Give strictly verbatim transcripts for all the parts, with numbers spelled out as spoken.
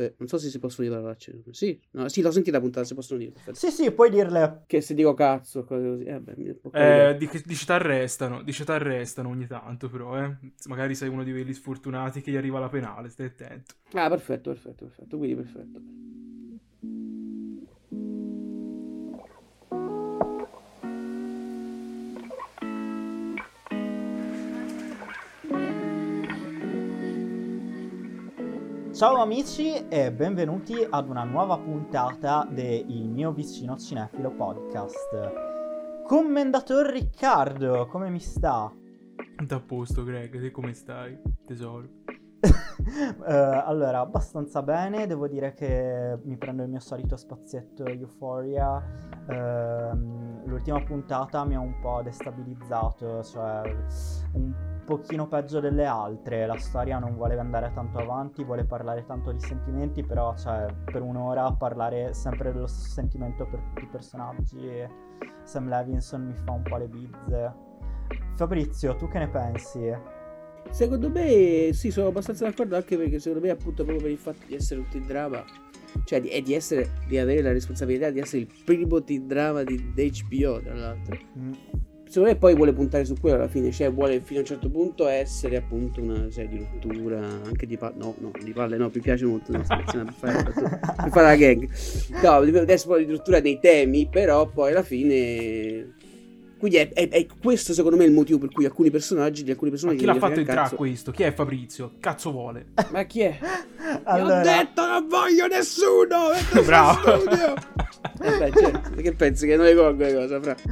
eh, non so se si possono dire parolacce. Sì, no, sì, l'ho sentita la puntata, si possono dire. Perfetto. Sì, sì, puoi dirle. Che se dico cazzo, cose così. Eh, beh, mi- Eh, di, dici t'arrestano, dici t'arrestano ogni tanto, però, eh. Magari sei uno di quelli sfortunati che gli arriva la penale, stai attento. Ah, perfetto, perfetto, perfetto, quindi perfetto. Ciao amici e benvenuti ad una nuova puntata del mio vicino cinefilo podcast. Commendator Riccardo, come mi sta? Tutto a posto, Greg, te come stai, tesoro? uh, allora, abbastanza bene, devo dire che mi prendo il mio solito spazietto Euphoria. Uh, l'ultima puntata mi ha un po' destabilizzato, cioè un pochino peggio delle altre. La storia non vuole andare tanto avanti, vuole parlare tanto di sentimenti, però cioè per un'ora parlare sempre dello stesso sentimento per tutti i personaggi, Sam Levinson mi fa un po' le bizze. Fabrizio, tu che ne pensi? Secondo me sì, sono abbastanza d'accordo, anche perché secondo me appunto proprio per il fatto di essere un teen drama, cioè di, e di essere, di avere la responsabilità di essere il primo teen drama di, di H B O, tra l'altro. Mm. Secondo me poi vuole puntare su quello alla fine, cioè vuole fino a un certo punto essere appunto una serie di rottura, anche di palle, no, no, di palle no, mi piace molto, no, per fare, per fare la gag, no, adesso poi di rottura dei temi, però poi alla fine... Quindi è, è, è questo secondo me il motivo per cui alcuni personaggi di alcuni personaggi... Ma chi l'ha fatto entrare questo? Chi è Fabrizio? Cazzo vuole? Ma chi è? Allora... Io ho detto non voglio nessuno! Bravo! Vabbè, certo, che pensi che non le colgo le cose, fra?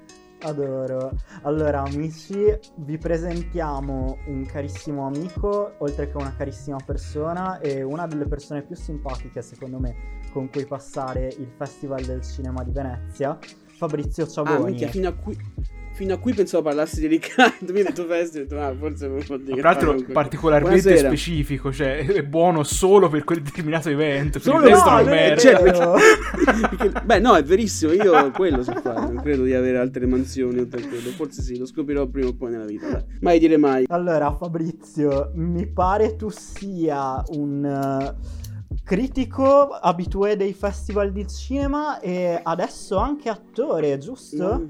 Adoro. Allora amici, vi presentiamo un carissimo amico, oltre che una carissima persona e una delle persone più simpatiche secondo me con cui passare il Festival del Cinema di Venezia, Fabrizio Ciaboni. Ah, minchia, fino a qui, fino a qui pensavo parlassi di Riccardo. Mi hai detto festival, ho detto, ah, forse non può dire. Tra l'altro particolarmente Buonasera. Specifico, cioè è buono solo per quel determinato evento. Solo per il resto no, non è merda. certo, perché, perché, beh, no, è verissimo. Io quello so fare. Non credo di avere altre mansioni oltre a quello. Forse sì, lo scoprirò prima o poi nella vita. Dai. Mai dire mai. Allora, Fabrizio, mi pare tu sia un uh, critico abitué dei festival di cinema e adesso anche attore, giusto? No.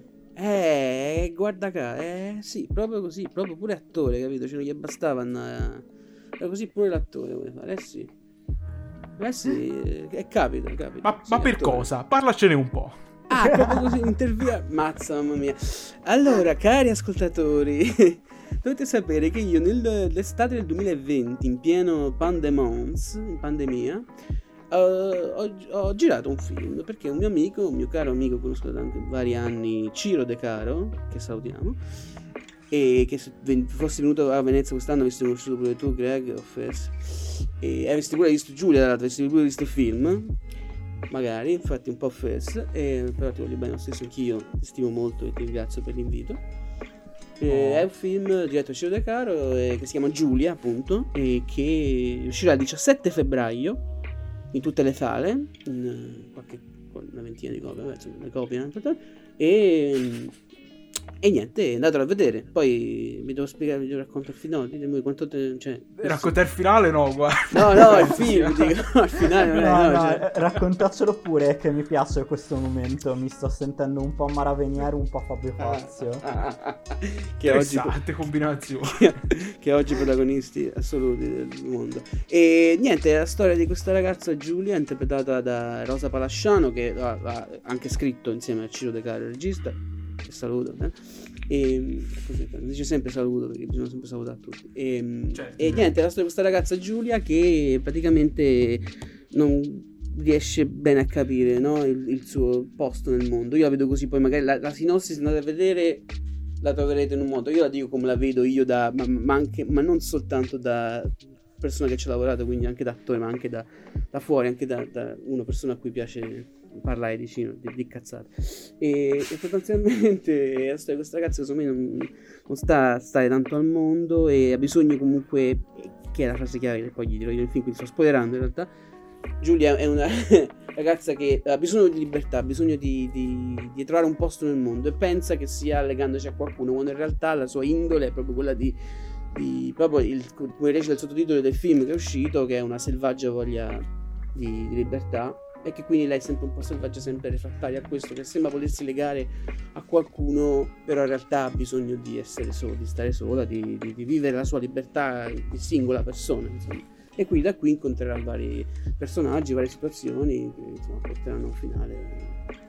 Eh, guarda qua, eh, sì, proprio così, proprio pure attore, capito? Cioè non gli bastava andare, era così pure l'attore vuole fare, eh sì, eh sì, eh, capita, capita. Ma, sì, ma per attore. cosa? Parlacene un po'. Ah, proprio così, intervia, mazza, mamma mia. Allora, cari ascoltatori, dovete sapere che io nell'estate del duemilaventi, in pieno pandemons, in pandemia, Uh, ho, ho girato un film perché un mio amico, un mio caro amico, conosco da anche vari anni, Ciro De Caro, che salutiamo, e che se fossi venuto a Venezia quest'anno avresti conosciuto pure tu, Greg, offers, e avresti pure visto Giulia, avresti pure visto il film, magari, infatti un po' offers, e, però ti voglio bene lo stesso, anch'io ti stimo molto e ti ringrazio per l'invito. E oh. È un film diretto da Ciro De Caro eh, che si chiama Giulia, appunto, e che uscirà il diciassette febbraio in tutte le sale, in qualche una ventina di copie, insomma, le copie, e, e niente, andatelo a vedere. Poi mi devo spiegare, vi devo raccontare il finale. Ditemi quanto te, cioè, raccontare il finale no, guarda. No, no, il film, dico, il finale non è, no, no, no, cioè... raccontacelo pure che mi piace questo momento, mi sto sentendo un po' Maraveniere, un po' Fabio Fazio. Ah, ah, ah, ah, che oggi combinazioni. Che, che oggi protagonisti assoluti del mondo. E niente, è la storia di questa ragazza Giulia, interpretata da Rosa Palasciano, che ha, ha anche scritto insieme a Ciro De Caro, il regista, che saluto, eh? E così, dice sempre saluto perché bisogna sempre salutare tutti. E, certo. E niente, la storia di questa ragazza Giulia che praticamente non riesce bene a capire, no, il, il suo posto nel mondo. Io la vedo così, poi magari la, la sinossi, se andate a vedere la troverete in un modo. Io la dico come la vedo io da, ma, ma, anche, ma non soltanto da persona che ci ha lavorato, quindi anche da attore, ma anche da, da fuori, anche da, da una persona a cui piace parlare di cinema, di, di cazzate. E, e sostanzialmente la storia di questa ragazza secondo me non, non sta a stare tanto al mondo e ha bisogno comunque, che è la frase chiave che poi gli dirò io nel film, quindi sto spoilerando in realtà. Giulia è una ragazza che ha bisogno di libertà, ha bisogno di, di, di trovare un posto nel mondo e pensa che sia legandosi a qualcuno, quando in realtà la sua indole è proprio quella di, di proprio il, come recita il sottotitolo del film che è uscito, che è una selvaggia voglia di, di libertà, e che quindi lei è sempre un po' selvaggia, sempre refrattaria a questo, che sembra volersi legare a qualcuno, però in realtà ha bisogno di essere solo, di stare sola, di, di, di vivere la sua libertà di singola persona, insomma. E quindi da qui incontrerà vari personaggi, varie situazioni che insomma porteranno al finale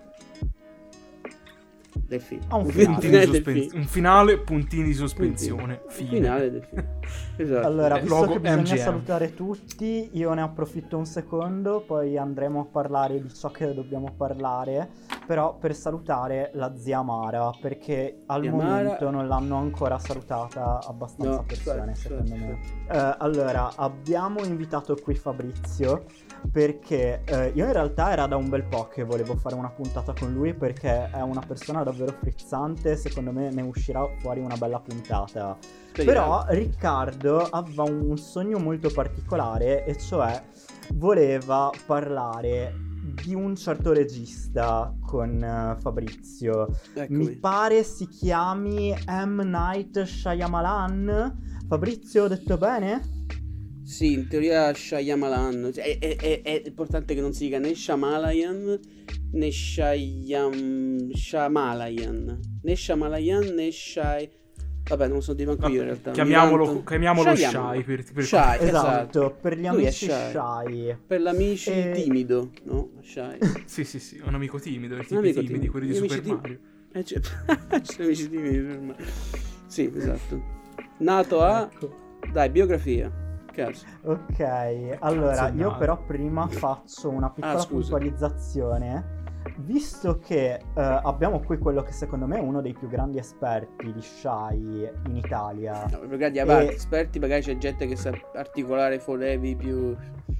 del film. Ah, un Un finale. finale Puntini del sospen- film. un finale, puntini di sospensione, Il fine. finale del film. Esatto. Allora, Eh, visto logo che bisogna M G M. salutare tutti, io ne approfitto un secondo, poi andremo a parlare di ciò che dobbiamo parlare, però per salutare la zia Mara, perché al Zia momento Mara- non l'hanno ancora salutata abbastanza No, persone, infatti, secondo me. infatti. Eh, allora, abbiamo invitato qui Fabrizio perché eh, io in realtà era da un bel po' che volevo fare una puntata con lui, perché è una persona davvero frizzante, secondo me ne uscirà fuori una bella puntata. Speriamo. Però Riccardo aveva un sogno molto particolare, e cioè voleva parlare di un certo regista con eh, Fabrizio. Eccomi. Mi pare si chiami M. Night Shyamalan. Fabrizio, ho detto bene? Sì, in teoria Shyamalan. È, è, è, è importante che non si dica né Shyamalan né Shyam... Shyamalan. Né Shyamalan né Shy... Vabbè, non so dire manco io in realtà. Chiamiamolo, Ogni tanto- chiamiamolo Shyamalan. Shy per, per Shy, Esatto, esatto. per gli Lui è amici shy. shy. Per l'amici E- timido, no? Shy. Sì, sì, sì, un amico timido, i Un tipi amico timidi, timido. quelli di Gli Super amici tim- Mario. Eh, cioè, sono amici timidi, ormai. Sì, esatto. Nato a... Ecco. Dai, biografia. Caso. Ok, allora Cazzo è io nato. però prima faccio una piccola Ah, scusa. puntualizzazione. Visto che eh, abbiamo qui quello che secondo me è uno dei più grandi esperti di Shy in Italia. No, per di avanti, E- esperti, magari c'è gente che sa articolare fonevi più,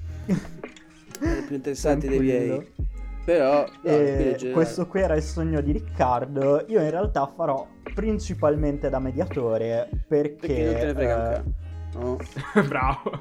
più interessanti dei miei. Tranquillo. Però, no, qui in E generale. questo qui era il sogno di Riccardo. Io in realtà farò principalmente da mediatore, perché, Perché non te ne frega un eh, cazzo. No. Bravo.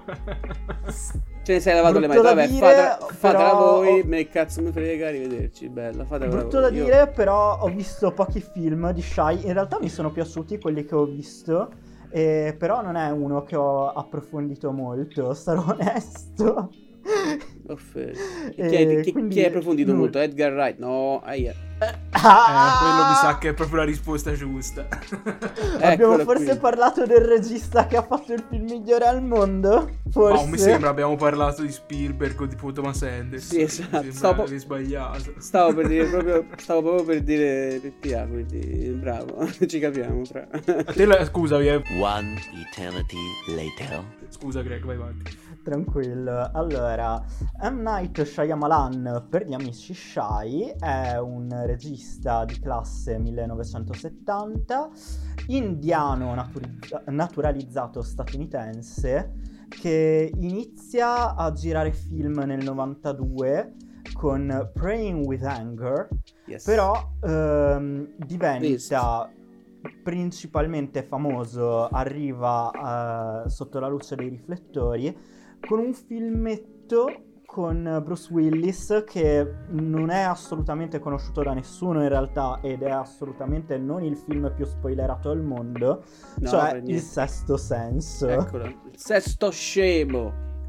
Ce ne sei lavato le mani. brutto da Vabbè, dire, fatela, fatela però- voi. Me ne cazzo mi frega, arrivederci. Bella, fatela brutto voi. da Io- dire, però ho visto pochi film di Shy. In realtà mi sono piaciuti quelli che ho visto, eh, però non è uno che ho approfondito molto, sarò onesto. Oh, fe- E Chi, hai, chi, quindi chi hai approfondito lui- molto? Edgar Wright? No, aia. Eh, Ah! quello mi sa che è proprio la risposta giusta. Abbiamo Eccolo forse qui. parlato del regista che ha fatto il film migliore al mondo? Forse. Oh, mi sembra abbiamo parlato di Spielberg o di Thomas Anderson. Sì, esatto. Mi sembra Stavo- avevi sbagliato. Stavo per dire proprio, stavo proprio per dire P P A, quindi bravo, ci capiamo fra. A te la- scusami, eh. One eternity later. Scusa Greg, vai avanti. Tranquillo. Allora, M. Night Shyamalan, per gli amici Shy, è un regista di classe millenovecentosettanta, indiano naturizza- naturalizzato statunitense, che inizia a girare film nel novantadue con Praying with Anger, Yes. però ehm, diventa principalmente famoso, arriva eh, sotto la luce dei riflettori con un filmetto con Bruce Willis che non è assolutamente conosciuto da nessuno in realtà, ed è assolutamente non il film più spoilerato al mondo, No, cioè per Il niente. Sesto Senso. Eccolo, il sesto scemo.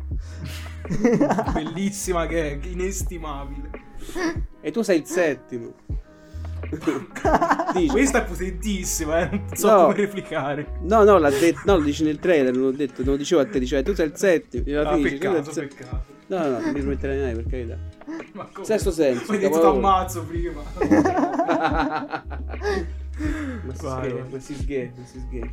Bellissima gag, inestimabile. E tu sei il settimo. Dici. Questa è potentissima, eh. Non so No. come replicare. No, no, l'ha detto, no, lo dici nel trailer, non l'ho detto, non lo dicevo a te, diceva tu sei il settimo. Io alla Ah, fine dice, tu sei il peccato, se- peccato. No, no, no, non mi rimettere mai, per carità. Ma come? Sesto senso. Mi hai detto capolavoro. t'ammazzo prima. Ma si Vai, sghe, vai. ma si sghe, ma si sghe.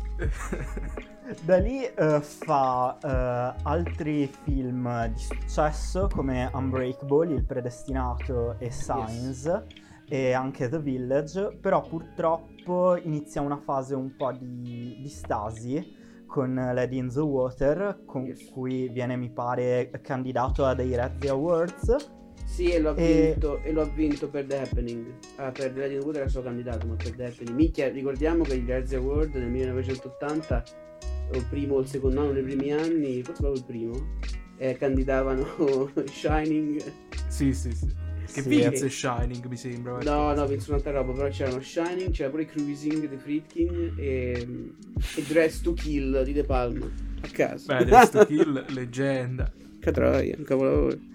Da lì eh, fa eh, altri film di successo come Unbreakable, Il Predestinato e Signs, e anche The Village, però purtroppo inizia una fase un po' di, di stasi con Lady in the Water, con Yes. cui viene, mi pare, candidato a dei Razzie Awards. Sì, e lo ha E- vinto, e lo ha vinto per The Happening. Ah, per The Legend of Water era suo candidato, ma per The Happening. Minchia, ricordiamo che gli Razzie Award nel millenovecentottanta, o il primo o il secondo anno, nei primi anni, forse proprio il primo, eh, candidavano Shining. Sì, sì, sì. Che Sì, vinse Shining, mi sembra. No, no, vinse un'altra roba, però c'erano Shining, c'era pure Cruising di Friedkin e, e Dress to Kill di De Palma. A caso. Beh, Dress to Kill, leggenda. Che troia, un capolavoro.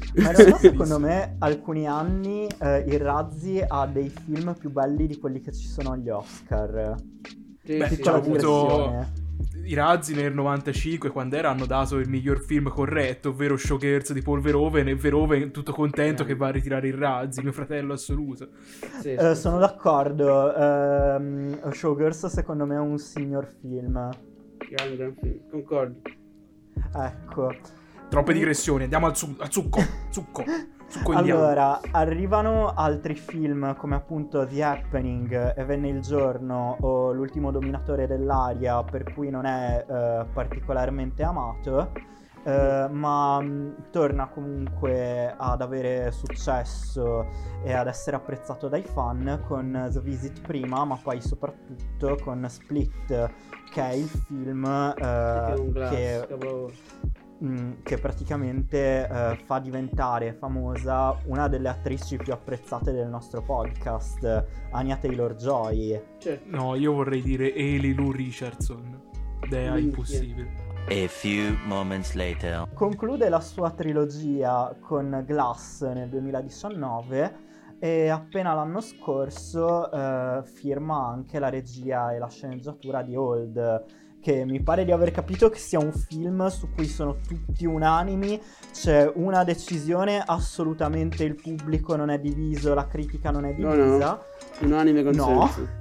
Ma in realtà secondo me alcuni anni eh, il Razzie ha dei film più belli di quelli che ci sono agli Oscar. Sì, Beh, sì, c'ha la sì. avuto direzione. i Razzi nel novantacinque, quando era, hanno dato il miglior film corretto, ovvero Showgirls di Paul Verhoeven, e Verhoeven tutto contento Eh. che va a ritirare il Razzi, mio fratello assoluto. Sì, Eh, sì, sono sì. d'accordo. ehm, Showgirls secondo me è un signor film. Gran, gran film. Concordo. Ecco. Troppe digressioni, andiamo al, su- al succo, succo, succo indiano. Allora, arrivano altri film come appunto The Happening, E venne il giorno o L'ultimo dominatore dell'aria, per cui non è eh, particolarmente amato, eh, ma mh, torna comunque ad avere successo e ad essere apprezzato dai fan con The Visit prima, ma poi soprattutto con Split, che è il film eh, Che è un che classico, proprio. Mm, che praticamente eh, fa diventare famosa una delle attrici più apprezzate del nostro podcast, Anya Taylor-Joy. Certo. No, io vorrei dire Haley Lou Richardson. Dea, Minchia. impossibile. A few moments later. Conclude la sua trilogia con Glass nel duemiladiciannove e appena l'anno scorso eh, firma anche la regia e la sceneggiatura di Old, che mi pare di aver capito che sia un film su cui sono tutti unanimi, c'è una decisione, assolutamente il pubblico non è diviso, la critica non è No, divisa. no. Unanime No. consenso.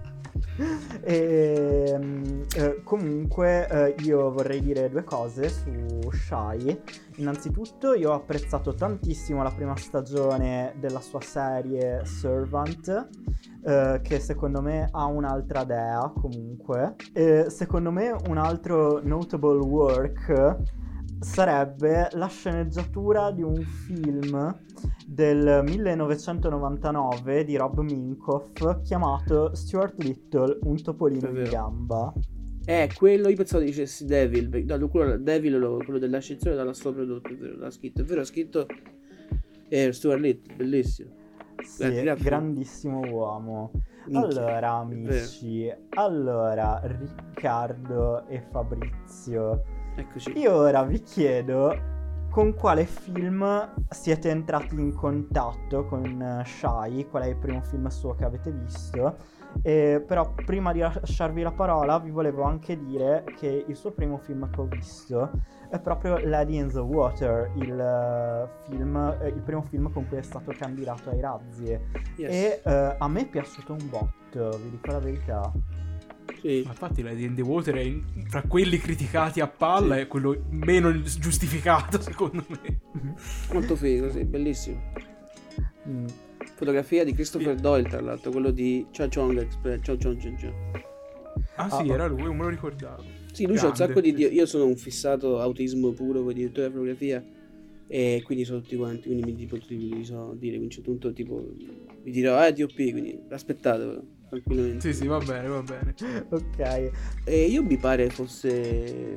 E, mm, eh, comunque eh, io vorrei dire due cose su Shy. Innanzitutto io ho apprezzato tantissimo la prima stagione della sua serie Servant, eh, che secondo me ha un'altra dea comunque. E secondo me un altro notable work sarebbe la sceneggiatura di un film del millenovecentonovantanove di Rob Minkoff chiamato Stuart Little, un topolino È in vero. gamba. Eh, quello io pensavo dicessi Devil, perché- no, quello, Devil, lo- quello dell'ascensore l'ha solo prodotto, è vero, l'ha scritto, è vero, ha scritto eh, Stuart Little, bellissimo. Sì, Gra- gra- grandissimo uomo. Minchia, Allora, è vero. amici, allora Riccardo e Fabrizio, Eccoci. io ora vi chiedo con quale film siete entrati in contatto con eh, Shy, qual è il primo film suo che avete visto. Eh, però prima di lasciarvi la parola vi volevo anche dire che il suo primo film che ho visto è proprio Lady in the Water, il, eh, film, eh, il primo film con cui è stato candidato ai Razzie. Yes. E eh, a me è piaciuto un botto, vi dico la verità. Sì. Ma infatti Lady in the Water è in- fra quelli criticati a palla è quello meno giustificato, secondo me. Molto figo, sì, bellissimo. Mm. Fotografia di Christopher Doyle, tra l'altro, quello di Cha Chong Express. Cha Chong Chong Chong. Ah sì, Ah, era lui, non me lo ricordavo. Sì, lui c'ha un Grande. sacco di. Io sono un fissato autismo puro con i direttori di fotografia. E quindi sono tutti quanti. Quindi mi tipo li so dire. Quindi c'è tutto tipo. Mi dirò, ah, D O P. Quindi aspettatelo tranquillamente. Sì, sì, va bene, va bene. Ok. E io mi pare fosse.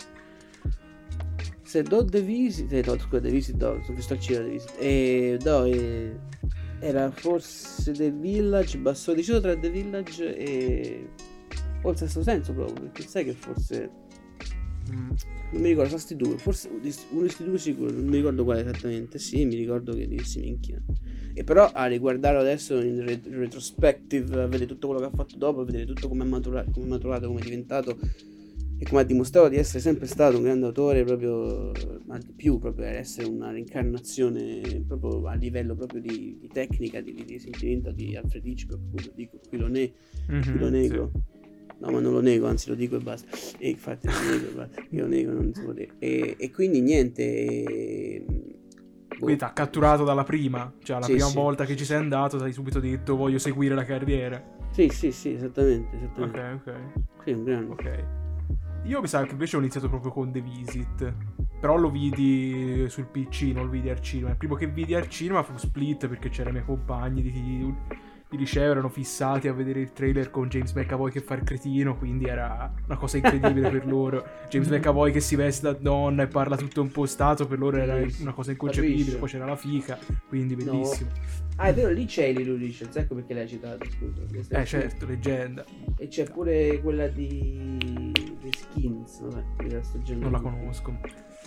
Se do The Visit. Eh, no, scusa, The Visit, do. Sono visto al cinema The Visit. E. No, e. Era forse The Village. Basso deciso tra The Village e. O il Sesto Senso proprio. Perché sai che forse. Mm. Non mi ricordo, sono sti due. Forse uno di questi due sicuro. Non mi ricordo quale esattamente. Sì, mi ricordo che dissi minchia. E però a riguardarlo adesso in re- retrospective, a vedere tutto quello che ha fatto dopo, a vedere tutto come è maturato, come è maturato, come è diventato e come ha dimostrato di essere sempre stato un grande autore, proprio, ma di più, proprio per essere una reincarnazione proprio a livello proprio di, di tecnica, di, di, di sentimento di Alfred Hitchcock, qui lo dico, qui lo, ne, Mhm, qui lo sì. nego. No, ma non lo nego, anzi lo dico e basta. E infatti lo nego e basta. Io lo nego, non si può dire. E, e quindi niente. e- boh. Quindi ti ha catturato dalla prima, cioè la Sì, prima sì. volta che ci sei andato ti hai subito detto voglio seguire la carriera. Sì, sì, sì, esattamente. esattamente. Ok, ok, Sì, un grande. ok. Io mi sa che invece ho iniziato proprio con The Visit, però lo vidi sul P C, non lo vidi al cinema. Il primo che vidi al cinema fu Split, perché c'erano i miei compagni di, di liceo, erano fissati a vedere il trailer con James McAvoy che fa il cretino, quindi era una cosa incredibile per loro. James McAvoy che si veste da donna e parla tutto impostato, per loro era una cosa inconcepibile. Capisci? Poi c'era la fica, quindi No. bellissimo. Ah, è vero, lì c'è Lily Richards, ecco perché l'hai citato, scusa. Eh certo, leggenda. E c'è pure quella di The Skins, vabbè, di questa Non la conosco.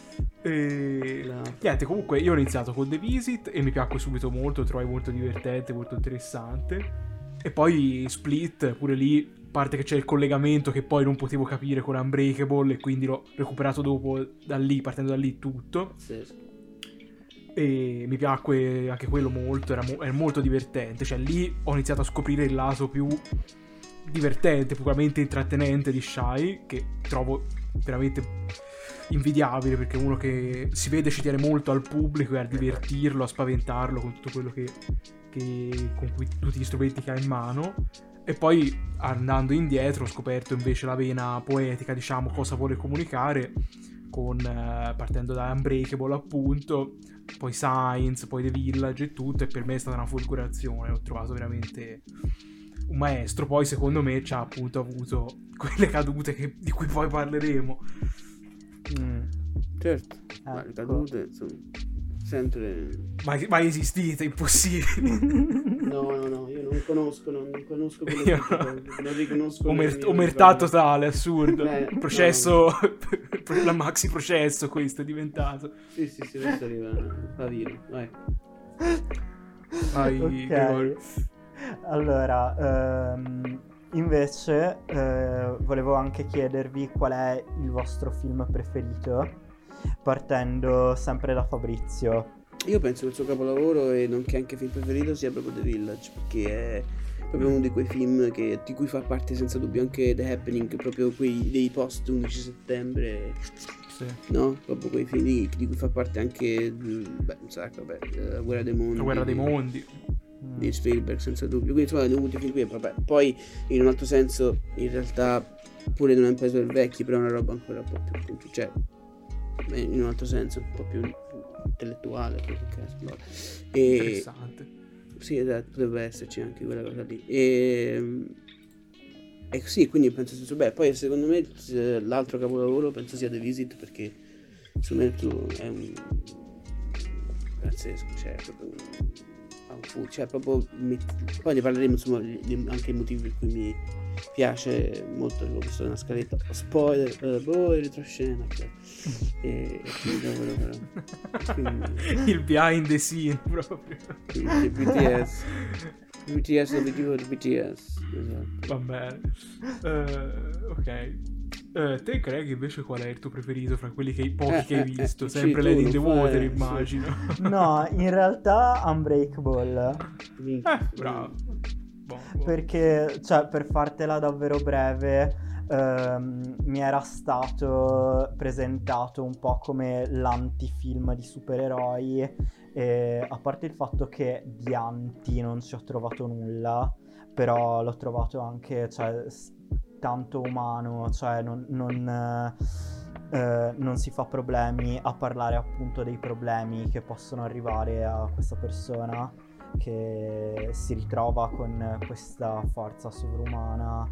E La- niente, comunque io ho iniziato con The Visit e mi piacque subito molto, lo trovai molto divertente, molto interessante. E poi Split, pure lì, a parte che c'è il collegamento che poi non potevo capire con Unbreakable e quindi l'ho recuperato dopo da lì, partendo da lì tutto. Pazzesco. E mi piacque anche quello molto, era, mo- era molto divertente. Cioè lì ho iniziato a scoprire il lato più divertente, puramente intrattenente di Shy, che trovo veramente invidiabile, perché è uno che si vede ci tiene molto al pubblico e a divertirlo, a spaventarlo con tutto quello che, che con cui, tutti gli strumenti che ha in mano. E poi andando indietro ho scoperto invece la vena poetica, diciamo, cosa vuole comunicare, con eh, partendo da Unbreakable appunto, poi Science, poi The Village e tutto, e per me è stata una folgorazione, l'ho trovato veramente un maestro. Poi secondo me ci ha appunto avuto quelle cadute che- di cui poi parleremo. Mm. Certo, ma le Ecco. cadute, insomma, sempre... Mai, mai esistite, impossibile. No, no, no, io non conosco, non, non conosco quello Io- che non riconosco... Omer- nelle mie omertà parole. totale, assurdo. Eh, Processo, la maxi processo questo è diventato. Sì, sì, sì, adesso arriva Pavino, vai. Vai, Ok. Gregorio. Allora, ehm, invece eh, volevo anche chiedervi qual è il vostro film preferito, partendo sempre da Fabrizio. Io penso che il suo capolavoro, e nonché anche film preferito, sia proprio The Village, perché è proprio uno di quei film che, di cui fa parte senza dubbio anche The Happening, proprio quei dei post undici settembre, Sì. no? Proprio quei film di, di cui fa parte anche, mh, beh, un sacco, beh, La Guerra dei Mondi. La guerra dei di- mondi. Mm. di Spielberg, senza dubbio. Quindi insomma, uno di quei film qui, vabbè. Poi in un altro senso, in realtà, pure non è un peso del vecchio, però è una roba ancora un po' più, più cioè, in un altro senso un po' più intellettuale, più che cazzo, no. E Interessante. sì, esatto, potrebbe esserci anche quella cosa lì. E, e sì, quindi penso senso, beh, poi secondo me eh, l'altro capolavoro penso sia The Visit, perché secondo me tu è un pazzesco, cioè proprio un, ha un fu- cioè proprio met- poi ne parleremo insomma di- di- anche i motivi per cui mi piace molto, l'ho visto nella scaletta, spoiler, eh, boh, retroscena, cioè. E, e quindi, però, quindi, Il behind the scene proprio. quindi B T S B T S dove dico B T S, esatto. Va bene. Eh, ok. Eh, te Craig invece qual è il tuo preferito fra quelli che, pochi Eh, che hai eh, visto? eh, Sempre sì, Lady tu in the lo fai, Water, sì. immagino. No, in realtà Unbreakable. Minchia. Eh, bravo. Boh, boh. Perché, cioè, per fartela davvero breve, ehm, mi era stato presentato un po' come l'antifilm di supereroi. E a parte il fatto che di anti non ci ho trovato nulla, però l'ho trovato anche, cioè, s- tanto umano, cioè non, non, eh, eh, non si fa problemi a parlare appunto dei problemi che possono arrivare a questa persona che si ritrova con questa forza sovrumana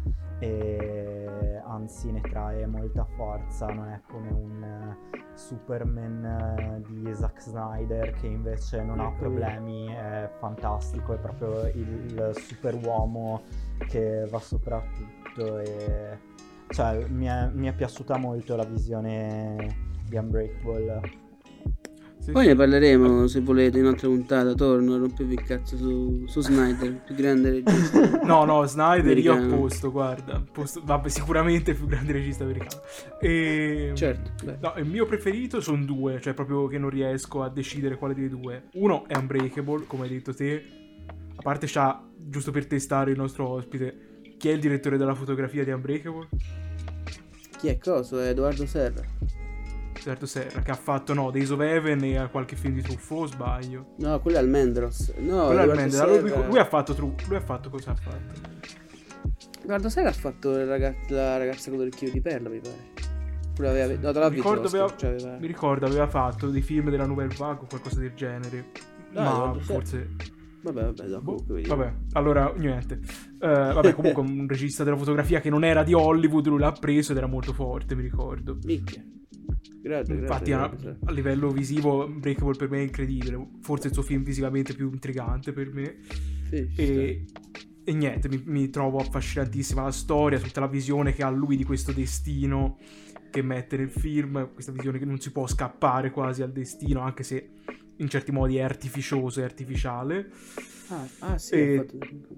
e anzi ne trae molta forza, non è come un eh, Superman eh, di Zack Snyder che invece non ha Ecco. problemi, è fantastico, è proprio il, il superuomo che va sopra tutto e cioè mi è, mi è piaciuta molto la visione di Unbreakable. Sì, Poi sì. ne parleremo se volete in un'altra puntata. Torno a rompervi il cazzo su, su Snyder, il più grande regista. No, no, Snyder io Americano. a posto, guarda. Posto, vabbè, sicuramente il più grande regista americano. E... Certo, beh. No, il mio preferito sono due, cioè proprio che non riesco a decidere quale dei due. Uno è Unbreakable, come hai detto te. A parte c'ha, giusto per testare il nostro ospite, chi è il direttore della fotografia di Unbreakable? Chi è coso? È Edoardo Serra. Certo Serra, che ha fatto, no, Days of Heaven e qualche film di Truffaut, o sbaglio? No, quello è Almendros. No, Quello è il Edoardo Mendes, Serra- lui, lui ha fatto Tru- lui ha fatto cosa ha fatto? Edoardo Serra ha fatto la ragazza, la ragazza con l'orecchio di perla, mi pare. Quello aveva, no, tra l'altro Mi ricordo, l'Oscar, aveva, cioè aveva- mi ricordo aveva fatto dei film della Nouvelle Vague o qualcosa del genere. Dai, ma guarda, sai- forse... Vabbè, vabbè, no, Boh, comunque vediamo. vabbè, allora niente. Eh, vabbè, comunque un regista della fotografia che non era di Hollywood, lui l'ha preso ed era molto forte, mi ricordo. Minchia. Grazie, Infatti grazie, a, grazie. a livello visivo Breakable per me è incredibile, forse il suo film visivamente più intrigante per me. Sì, ci E, e niente, mi, mi trovo affascinantissima la storia, tutta la visione che ha lui di questo destino che mette nel film, questa visione che non si può scappare quasi al destino, anche se in certi modi è artificioso e artificiale. Ah, ah sì, e, ho fatto...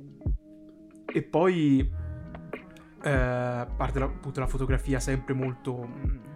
e poi eh, a parte la, appunto la fotografia sempre molto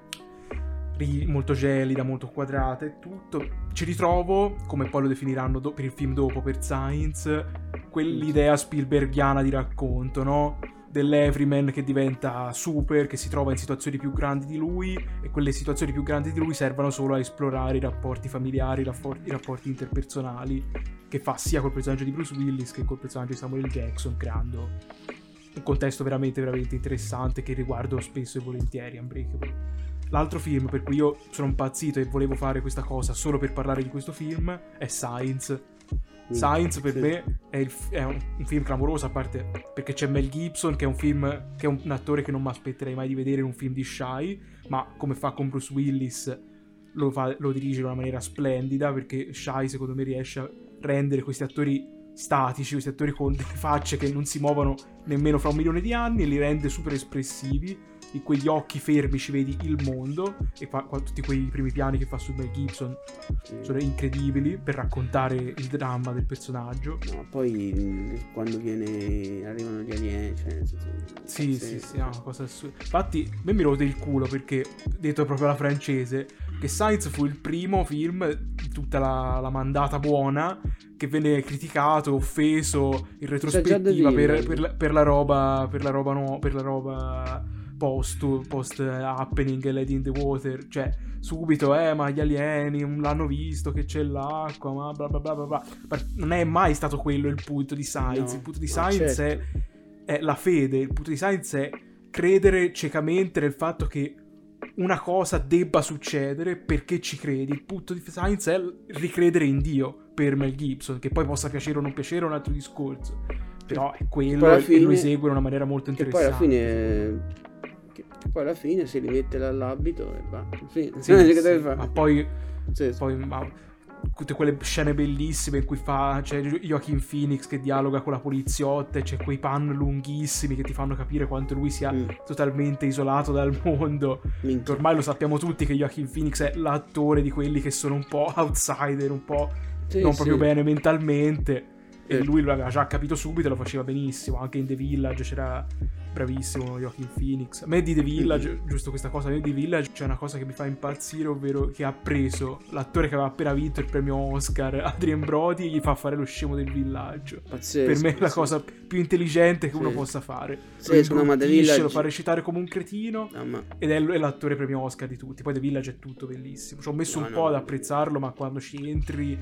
ri, molto gelida, molto quadrata e tutto, ci ritrovo, come poi lo definiranno do, per il film dopo, per Science, quell'idea Spielbergiana di racconto, no? Dell'Everyman che diventa super, che si trova in situazioni più grandi di lui, e quelle situazioni più grandi di lui servono solo a esplorare i rapporti familiari, i rapporti, i rapporti interpersonali, che fa sia col personaggio di Bruce Willis che col personaggio di Samuel L. Jackson, creando un contesto veramente veramente interessante che riguardo spesso e volentieri Unbreakable. L'altro film per cui io sono impazzito e volevo fare questa cosa solo per parlare di questo film è Science. Science per sì. me è, il, è un, un film clamoroso, a parte perché c'è Mel Gibson che è un film che è un, un attore che non mi aspetterei mai di vedere in un film di Shy, ma come fa con Bruce Willis lo, fa, lo dirige in una maniera splendida, perché Shy secondo me riesce a rendere questi attori statici, questi attori con delle facce che non si muovono nemmeno fra un milione di anni, e li rende super espressivi. In quegli occhi fermi ci vedi il mondo, e fa, tutti quei primi piani che fa su Mel Gibson sì. sono incredibili per raccontare il dramma del personaggio. No, poi quando viene arrivano gli alieni, cioè, sì sì sì, è una cosa assurda. Infatti a me mi rode il culo, perché detto proprio alla francese, che Science fu il primo film di tutta la, la mandata buona che venne criticato, offeso in retrospettiva per, per, per la roba per la roba no, per la roba post, post happening Lady in the Water, cioè subito eh ma gli alieni l'hanno visto che c'è l'acqua, ma bla bla bla bla bla. Non è mai stato quello il punto di Science. No, il punto di Science certo. è, è la fede, il punto di Science è credere ciecamente nel fatto che una cosa debba succedere perché ci credi. Il punto di Science è ricredere in Dio per Mel Gibson, che poi possa piacere o non piacere è un altro discorso, però è quello e fine, lo esegue in una maniera molto interessante. Poi alla fine che, che poi alla fine si rimette l'abito e va sì, sì, sì, sì, ma poi, sì, poi ma, tutte quelle scene bellissime in cui fa c'è Joaquin Phoenix che dialoga con la poliziotta e c'è quei pan lunghissimi che ti fanno capire quanto lui sia mm. totalmente isolato dal mondo. Minchia. Ormai lo sappiamo tutti che Joaquin Phoenix è l'attore di quelli che sono un po' outsider, un po' sì, non proprio sì. bene mentalmente, e lui lo aveva già capito subito e lo faceva benissimo. Anche in The Village c'era bravissimo Joaquin Phoenix. A me di The Village, mm-hmm. giusto questa cosa, a me di The Village c'è una cosa che mi fa impazzire, ovvero che ha preso l'attore che aveva appena vinto il premio Oscar, Adrien Brody, e gli fa fare lo scemo del villaggio. Pazzesco, per me è la cosa più intelligente che sì. uno possa fare. Sì, lo no, Village... lo fa recitare come un cretino, no, ma... ed è, è l'attore premio Oscar di tutti. Poi The Village è tutto bellissimo, ci ho messo no, un no, po' ad apprezzarlo, ma quando ci entri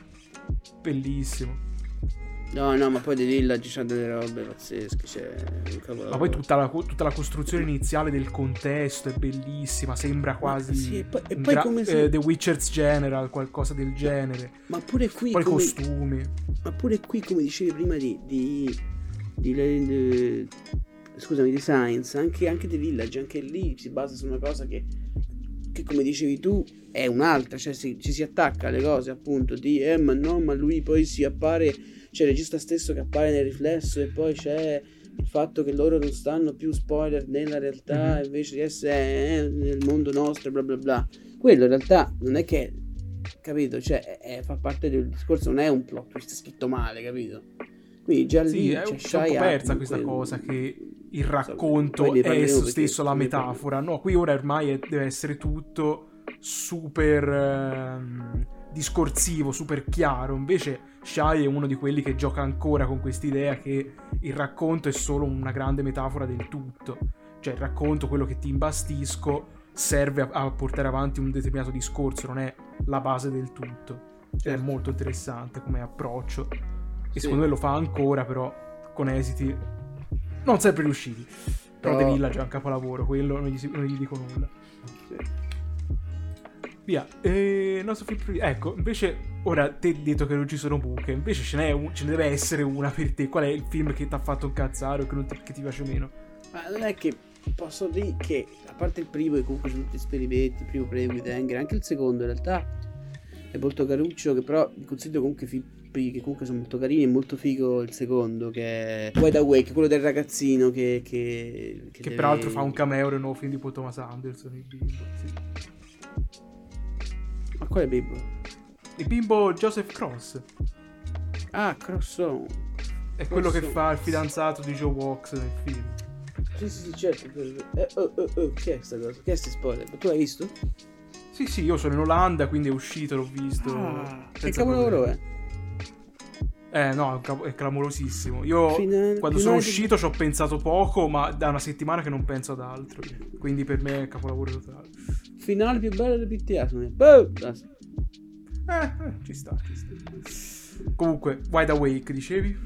bellissimo. No, no, ma poi The Village c'ha delle robe pazzesche, cioè, ma poi tutta la, tutta la costruzione iniziale del contesto è bellissima, sembra quasi ma, sì, e poi, e poi gra- come se... eh, The Witcher's General, qualcosa del genere. Ma pure qui poi come... costumi. Ma pure qui, come dicevi prima di di, di, di, di scusami, di Science, anche, anche The Village, anche lì si basa su una cosa che che come dicevi tu è un'altra, cioè si, ci si attacca alle cose appunto di eh ma no, ma lui poi si appare, c'è il regista stesso che appare nel riflesso, e poi c'è il fatto che loro non stanno più spoiler nella realtà mm-hmm. invece di essere eh, nel mondo nostro bla bla bla. Quello in realtà non è che, capito, cioè è, è, fa parte del discorso, non è un plot twist scritto male, capito? Quindi già lì sì, c'è è un, c'è un po' persa questa quello... cosa che il racconto è esso stesso la metafora. No, qui ora ormai è, deve essere tutto super ehm, discorsivo, super chiaro. Invece Shy è uno di quelli che gioca ancora con quest'idea che il racconto è solo una grande metafora del tutto. Cioè il racconto, quello che ti imbastisco, serve a, a portare avanti un determinato discorso, non è la base del tutto. Cioè, certo. È molto interessante come approccio. E sì. secondo me lo fa ancora, però con esiti non sempre riusciti. Però The Village è un capolavoro, quello non gli, non gli dico nulla. Sì. Via. E il nostro film. Ecco, invece, ora te hai detto che non ci sono buche. Invece ce n'è un, ce ne deve essere una per te. Qual è il film che ti ha fatto incazzare o che, non ti, che ti piace meno? Ma non è che posso dire che, a parte il primo, e comunque sono tutti esperimenti, il primo Play with Anger, anche il secondo in realtà è molto caruccio, che però vi consiglio comunque film che comunque sono molto carini. È molto figo il secondo, che è Wide Awake, quello del ragazzino che che, Che deve... peraltro fa un cameo nel nuovo film di Paul Thomas Anderson, il bimbo. Sì. Ma quale bimbo? Il bimbo Joseph Cross. Ah, Crosson. È quello che Crosson. fa il fidanzato di Joe Walks nel film. Sì, sì, sì, certo. Eh, oh, oh, oh, che è sta cosa? Che è sti spoiler? Ma tu l'hai visto? Sì, sì, io sono in Olanda, quindi è uscito, l'ho visto. Ah, che senza capolavoro problemi. è? Eh no, è, un capo- è clamorosissimo. Io Fina- quando finale sono di- uscito ci ho pensato poco, ma da una settimana che non penso ad altro. Quindi per me è capolavoro totale. Finale più bello del P T A, secondo me. Boh! Basta. Eh, eh, ci sta, ci sta. Comunque, Wide Awake, dicevi?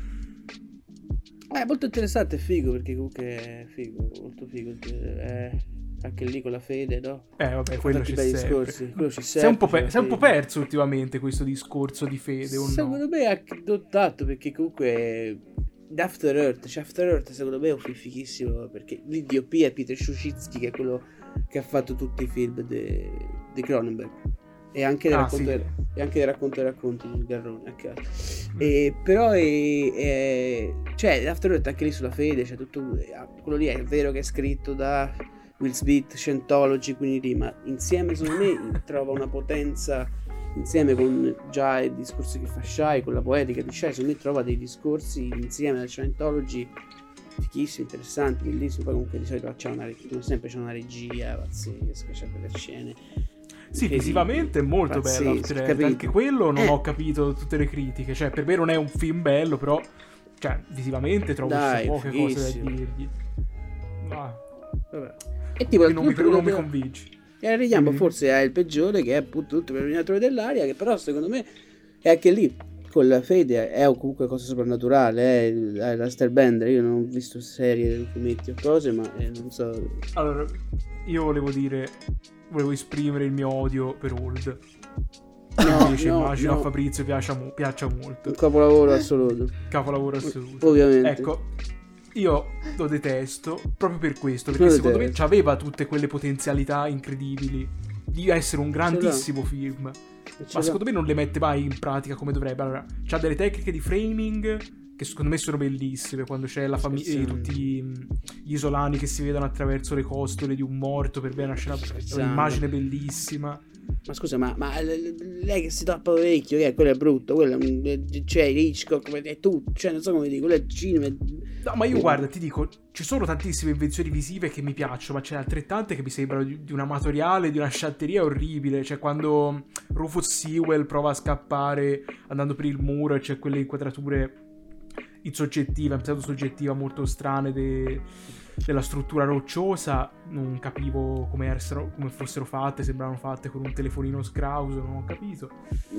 Eh, molto interessante, è figo, perché comunque è figo, molto figo. Eh, anche lì con la fede, no? Eh, vabbè, Fa quello tanti c'è bei sempre. discorsi, quello ci Sei un, po' sempre, pe- sei un po' fede. perso ultimamente questo discorso di fede, o no? Secondo me ha adottato, perché comunque After Earth, cioè After Earth secondo me è un film fighissimo, perché lì D O P è Peter Szuchitsky, che è quello che ha fatto tutti i film di Cronenberg e anche del Ah, racconto, sì. del- e anche del racconto e racconti di Garrone a caso. E però è, è- cioè After Earth anche lì sulla fede, cioè tutto quello lì è vero che è scritto da Will Smith, Scientology, quindi lì, ma insieme secondo me trova una potenza, insieme con già i discorsi che fa Shai, con la poetica di Shai, secondo me trova dei discorsi insieme al Scientology fichissimi, interessanti, bellissimi. Poi comunque di solito c'è una, come sempre c'è una regia pazzesca, c'è delle scene. Sì, incredibili, visivamente è molto pazzesche, bello After Earth. capito? Anche quello non Eh. ho capito tutte le critiche. Cioè, per me non è un film bello, però cioè, visivamente trovo Dai, ci sono poche cose da fighissimo. dirgli. Ma Vabbè. E tipo non mi, l'ultimo non mi che- convinci. E arriviamo Quindi- forse al peggiore, che è appunto l'ultimo eliminatore dell'aria, che però secondo me è anche lì con la fede è comunque cosa soprannaturale, è, è la Starbender. Io non ho visto serie, fumetti o cose, ma eh, non so. Allora, io volevo dire, volevo esprimere il mio odio per Old. No, Invece no, immagino no. a Fabrizio piaccia, mo- piaccia molto. Un capolavoro assoluto. Capolavoro assoluto. Ovviamente. Ecco, io lo detesto proprio per questo, perché Lo secondo detesto. me aveva tutte quelle potenzialità incredibili di essere un grandissimo film. E ce Ma l'ha. secondo me non le mette mai in pratica come dovrebbe. Allora, c'ha delle tecniche di framing che secondo me sono bellissime, quando c'è la famiglia, Scherzando. tutti mh, gli isolani che si vedono attraverso le costole di un morto, per bene una scena, Scherzando. un'immagine bellissima. Ma scusa, ma, ma l- l- lei che si tappa l'orecchio, che è, quello è brutto, quello è un, c'è Hitchcock, è tutto, cioè non so come dire, quello è il cinema. è- No, ma io guarda, ti dico, ci sono tantissime invenzioni visive che mi piacciono, ma ce ne altrettante che mi sembrano di, di un amatoriale, di una sciatteria orribile. Cioè, quando Rufus Sewell prova a scappare andando per il muro e c'è quelle inquadrature in soggettiva, in pseudo-soggettiva molto strane de- della struttura rocciosa, non capivo come, essero, come fossero fatte, sembravano fatte con un telefonino scrauso, non ho capito.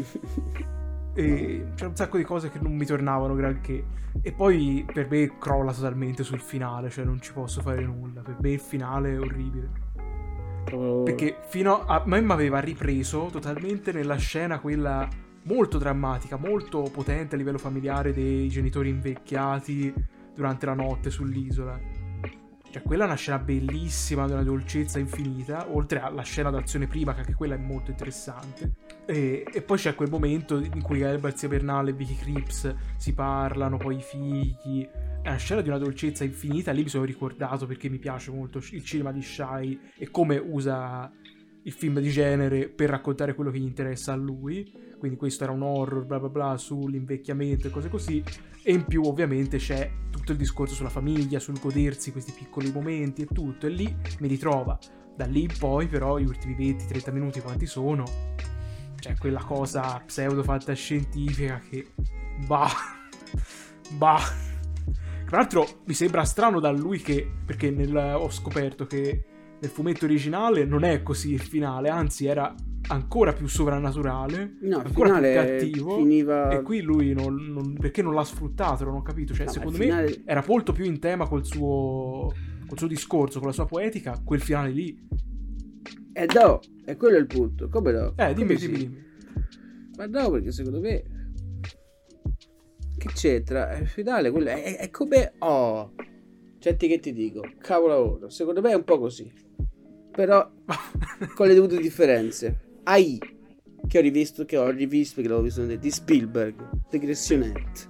E c'era un sacco di cose che non mi tornavano granché. E poi per me crolla totalmente sul finale, cioè non ci posso fare nulla. Per me il finale è orribile. proprio- Perché fino a, a me mi aveva ripreso totalmente nella scena quella molto drammatica, molto potente a livello familiare dei genitori invecchiati durante la notte sull'isola. Cioè quella è una scena bellissima, di una dolcezza infinita, oltre alla scena d'azione prima, che anche quella è molto interessante. E, e poi c'è quel momento in cui Gael Garcia Bernal e Vicky Krieps si parlano, poi i figli. È una scena di una dolcezza infinita. Lì mi sono ricordato, perché mi piace molto il cinema di Shai e come usa il film di genere per raccontare quello che gli interessa a lui. Quindi questo era un horror bla bla bla sull'invecchiamento e cose così. E in più ovviamente c'è tutto il discorso sulla famiglia, sul godersi questi piccoli momenti e tutto. E lì mi ritrova. Da lì in poi però gli ultimi venti trenta minuti quanti sono, cioè quella cosa pseudo fantascientifica che bah bah tra l'altro mi sembra strano da lui, che perché nel, ho scoperto che nel fumetto originale non è così il finale, anzi era ancora più sovrannaturale, No, il ancora più finale cattivo, finiva. e qui lui non, non- perché non l'ha sfruttato, non ho capito. Cioè No, secondo il finale- me era molto più in tema col suo col suo discorso, con la sua poetica, quel finale lì. Eh no, è quello il punto. Come no? Eh dimmi Come dimmi sì? dimmi Ma no, perché secondo me che c'entra? Il finale quello è, è- è come oh. Senti che ti dico, cavolo, secondo me è un po' così. Però con le dovute differenze. Ai, che ho rivisto, che ho rivisto, perché l'avevo visto di Spielberg, Digressionette.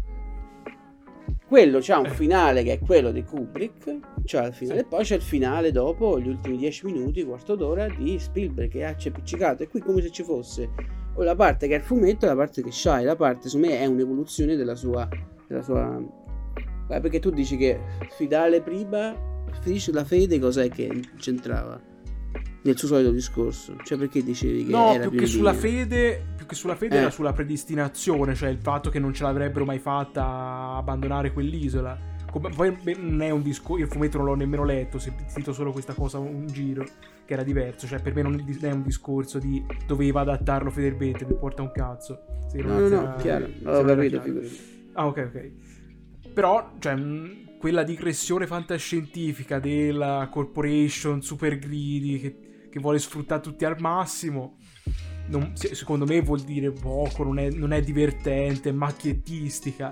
Quello c'ha un finale che è quello di Kubrick, c'ha il finale, Sì. e poi c'è il finale dopo gli ultimi dieci minuti, quarto d'ora di Spielberg che ha c'è appiccicato, e qui come se ci fosse o la parte che è il fumetto e la parte che c'hai. La parte secondo me è un'evoluzione della sua, della sua... Eh, perché tu dici che fidale prima, finisce la fede, cos'è che c'entrava nel suo solito discorso? Cioè perché dicevi che No, era più più che in sulla linea? fede, più che sulla fede Eh. era sulla predestinazione, cioè il fatto che non ce l'avrebbero mai fatta a abbandonare quell'isola. Come, poi beh, non è un discorso, il fumetto non l'ho nemmeno letto, se cito solo questa cosa un giro, che era diverso, cioè per me non è un discorso di doveva adattarlo fedelmente, mi porta un cazzo. Se No, no, no, chiaro, non ho capito, figurati. Ah, ok, ok. Però, cioè, mh, quella digressione fantascientifica della corporation super greedy che, che vuole sfruttare tutti al massimo, non- se- secondo me vuol dire poco, non è, non è divertente, è macchiettistica.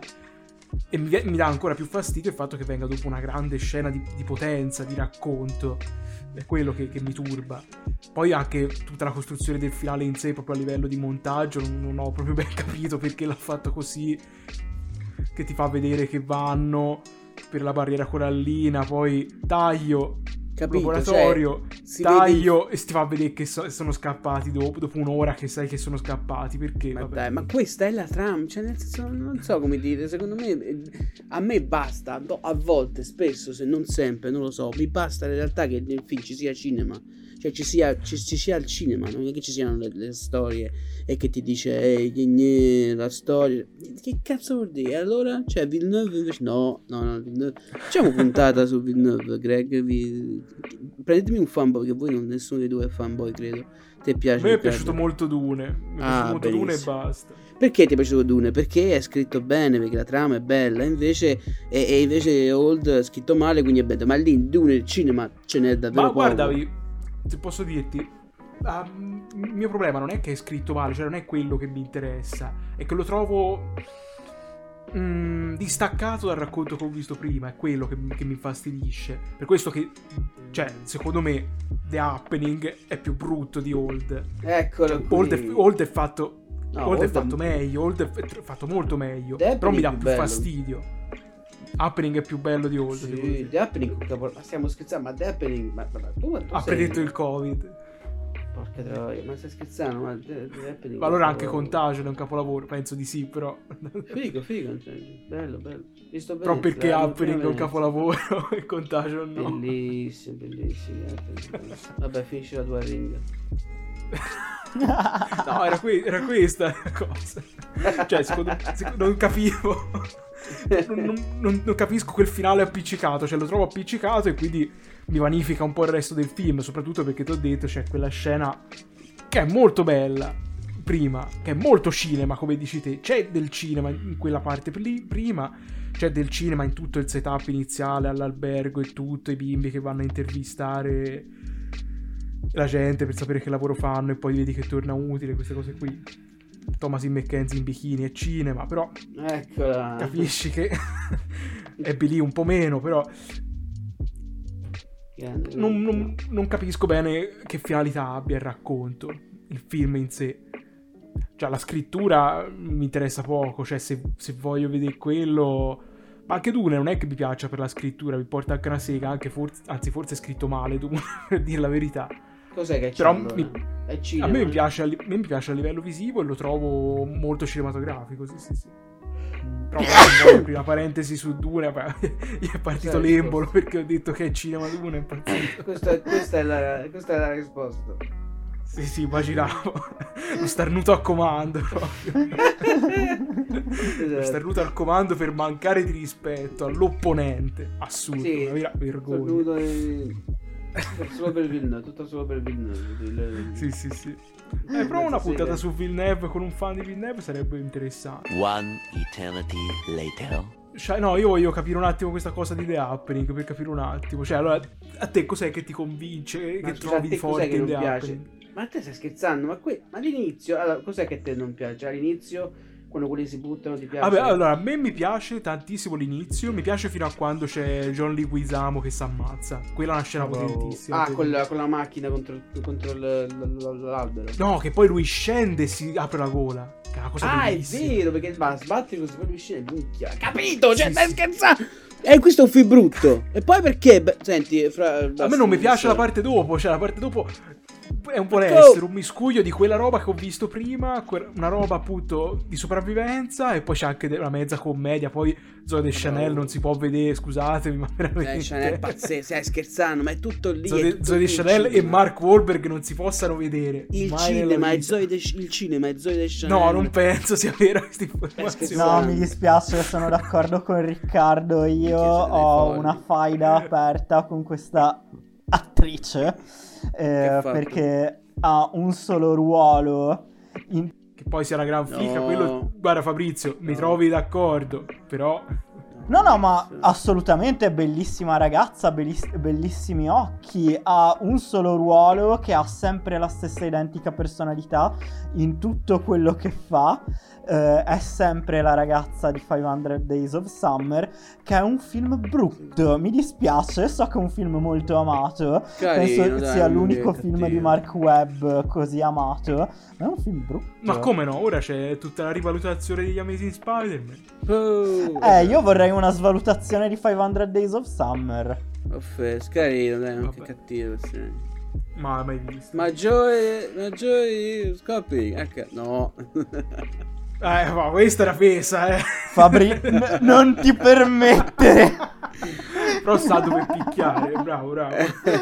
E mi, mi dà ancora più fastidio il fatto che venga dopo una grande scena di, di potenza, di racconto. È quello che, che mi turba. Poi anche tutta la costruzione del finale in sé, proprio a livello di montaggio, non, non ho proprio ben capito perché l'ha fatto così, che ti fa vedere che vanno per la barriera corallina, poi taglio, Capito, laboratorio, cioè, si taglio, e si ti fa vedere che so- sono scappati dopo, dopo un'ora che sai che sono scappati, perché Ma vabbè. dai, ma questa è la trama, cioè nel senso, non so come dire, secondo me, eh, a me basta, no, a volte, spesso, se non sempre, non lo so, mi basta in realtà che nel film ci sia cinema, cioè ci sia, ci, ci sia il cinema, non è che ci siano le, le storie e che ti dice, ehi, gne, gne, la storia, che cazzo vuol dire? Allora, cioè Villeneuve invece, no, no, no, Villeneuve, facciamo puntata su Villeneuve, Greg, vi... prendetemi un fanboy, che voi non, nessuno dei due è fanboy, credo. Ti A piace? me è Riccardo? piaciuto molto Dune, mi è Ah, piaciuto molto Dune e benissimo. basta. Perché ti è piaciuto Dune? Perché è scritto bene, perché la trama è bella, invece e, e invece Old è scritto male, quindi è bello. Ma lì in Dune il cinema ce n'è davvero Ma poco. guarda, vi- se posso dirti, ah, il mio problema non è che è scritto male, cioè non è quello che mi interessa, è che lo trovo mm, distaccato dal racconto che ho visto prima, è quello che, mi- che mi infastidisce. Per questo che, cioè, secondo me The Happening è più brutto di Old. Eccolo Cioè, qui. Old, è, Old è fatto No, Old è Old è- fatto meglio, Old è f- fatto molto meglio, The però mi dà Happening più è bello. fastidio. Happening è più bello di Old, secondo Sì, te? The Happening, capo- ma stiamo scherzando, ma The Happening, ma, ma, ma tu, tu Ha sei... predetto il Covid. Porca troia, ma stai scherzando, ma The, The Happening... Ma allora è anche proprio- Contagio è un capolavoro, penso di sì, però. Figo, figo, cioè, bello, bello. Visto Però Venezia, perché la Happening è un Venezia. capolavoro e Contagio no? Bellissimo, bellissimo. Happening. Vabbè, finisci la tua ring. No, era, que- era questa la cosa. Cioè, secondo secondo- non capivo. Non, non- non- non capisco quel finale appiccicato. Cioè, lo trovo appiccicato e quindi mi vanifica un po' il resto del film. Soprattutto perché ti ho detto, c'è quella scena che è molto bella. Prima, che è molto cinema, come dici te. C'è del cinema in quella parte lì, prima. C'è del cinema in tutto il setup iniziale all'albergo e tutto, i bimbi che vanno a intervistare la gente per sapere che lavoro fanno e poi vedi che torna utile, queste cose qui. Thomasin McKenzie in bikini è cinema, però Eccola. capisci che Abby lì un po' meno, però Grande, non, grande. non- non capisco bene che finalità abbia il racconto, il film in sé. Cioè la scrittura mi interessa poco, cioè se, se voglio vedere quello... Ma anche Dune non è che mi piaccia per la scrittura, mi porta anche una sega, anche forse, anzi forse è scritto male Dune, per dire la verità. Cos'è che c'è Però allora? mi- È cinema. A me mi piace a, li- a me mi piace a livello visivo e lo trovo molto cinematografico, sì sì sì. Però vabbè, prima parentesi su Dune, vabbè, gli è partito Sai, l'embolo scusa. perché ho detto che è cinema Dune, è impazzito. Questa, è- questa, è la, questa è la risposta. Sì sì, immaginavo. Lo starnuto a comando proprio. Lo starnuto al comando per mancare di rispetto all'opponente. Assurdo, Sì, una vera vergogna. Sornuto e- solo per Villeneuve, tutto solo per Villeneuve. Il- Sì sì sì. Eh, però una Mezza puntata sega. su Villeneuve con un fan di Villeneuve sarebbe interessante. One eternity later. Cioè, no, io voglio capire un attimo questa cosa di The Happening, per capire un attimo. Cioè, allora, a te cos'è che ti convince, Ma che scusa, a trovi te di cos'è forte che in non The piace? Happening? Ma te stai scherzando? Ma, que- ma all'inizio, allora, cos'è che a te non piace? All'inizio, Quando quelli si buttano ti piace? Vabbè, allora, a me mi piace tantissimo l'inizio, mi piace fino a quando c'è John Leguizamo che si ammazza. Quella è una scena Oh. potentissima. Ah, per- con la, con la macchina contro, il- contro il- l- l- l'albero. No, che poi lui scende e si apre la gola. Che è una cosa Ah, è bellissima. vero, perché va, sbatti così, poi lui scende, minchia. Capito? Cioè, Sì, stai sì. scherzando? E questo è un film brutto. E poi perché? Beh, senti, fra, A me non mi piace la parte dopo, cioè la parte dopo è un po' Ecco. l'essere un miscuglio di quella roba che ho visto prima, que- una roba appunto di sopravvivenza, e poi c'è anche de- una mezza commedia, poi Zoe Deschanel non si può vedere, scusatemi, ma veramente... Eh, Chanel pazzesco, stai scherzando, ma è tutto lì. è Zoe, tutto Zoe lì, Deschanel il e cinema. Mark Wahlberg non si possano vedere. Il mai nella cinema, è vita. Zoe De- il cinema è Zoe Deschanel. No, non penso sia vera questa Eh, informazione. scherzando. No, mi dispiace, sono d'accordo con Riccardo. Io Minchia, siete dei ho folli. una faida aperta con questa attrice eh, ha fatto? perché ha un solo ruolo in... Che poi sia una gran fica, No. quello... Guarda Fabrizio, mi No. trovi d'accordo, però... No, no, ma assolutamente bellissima ragazza, belliss- bellissimi occhi, ha un solo ruolo che ha sempre la stessa identica personalità in tutto quello che fa. Eh, è sempre la ragazza di five-hundred Days of Summer, che è un film brutto, mi dispiace, so che è un film molto amato, Carino, penso dai, sia non l'unico è film cattivo. di Mark Webb così amato, ma è un film brutto. Ma come no? Ora c'è tutta la rivalutazione degli Amazing Spider-Man. Oh, Eh, io vorrei una svalutazione di five-hundred Days of Summer. offeso, carino, dai, ma che Vabbè. cattivo. Sì. Ma mai visto. Ma Joey, ma Joey, scoppi. Ecco, no. Eh, ma questa era pesa, eh. Fabri, n- non ti permettere. Però sa dove picchiare, bravo, bravo.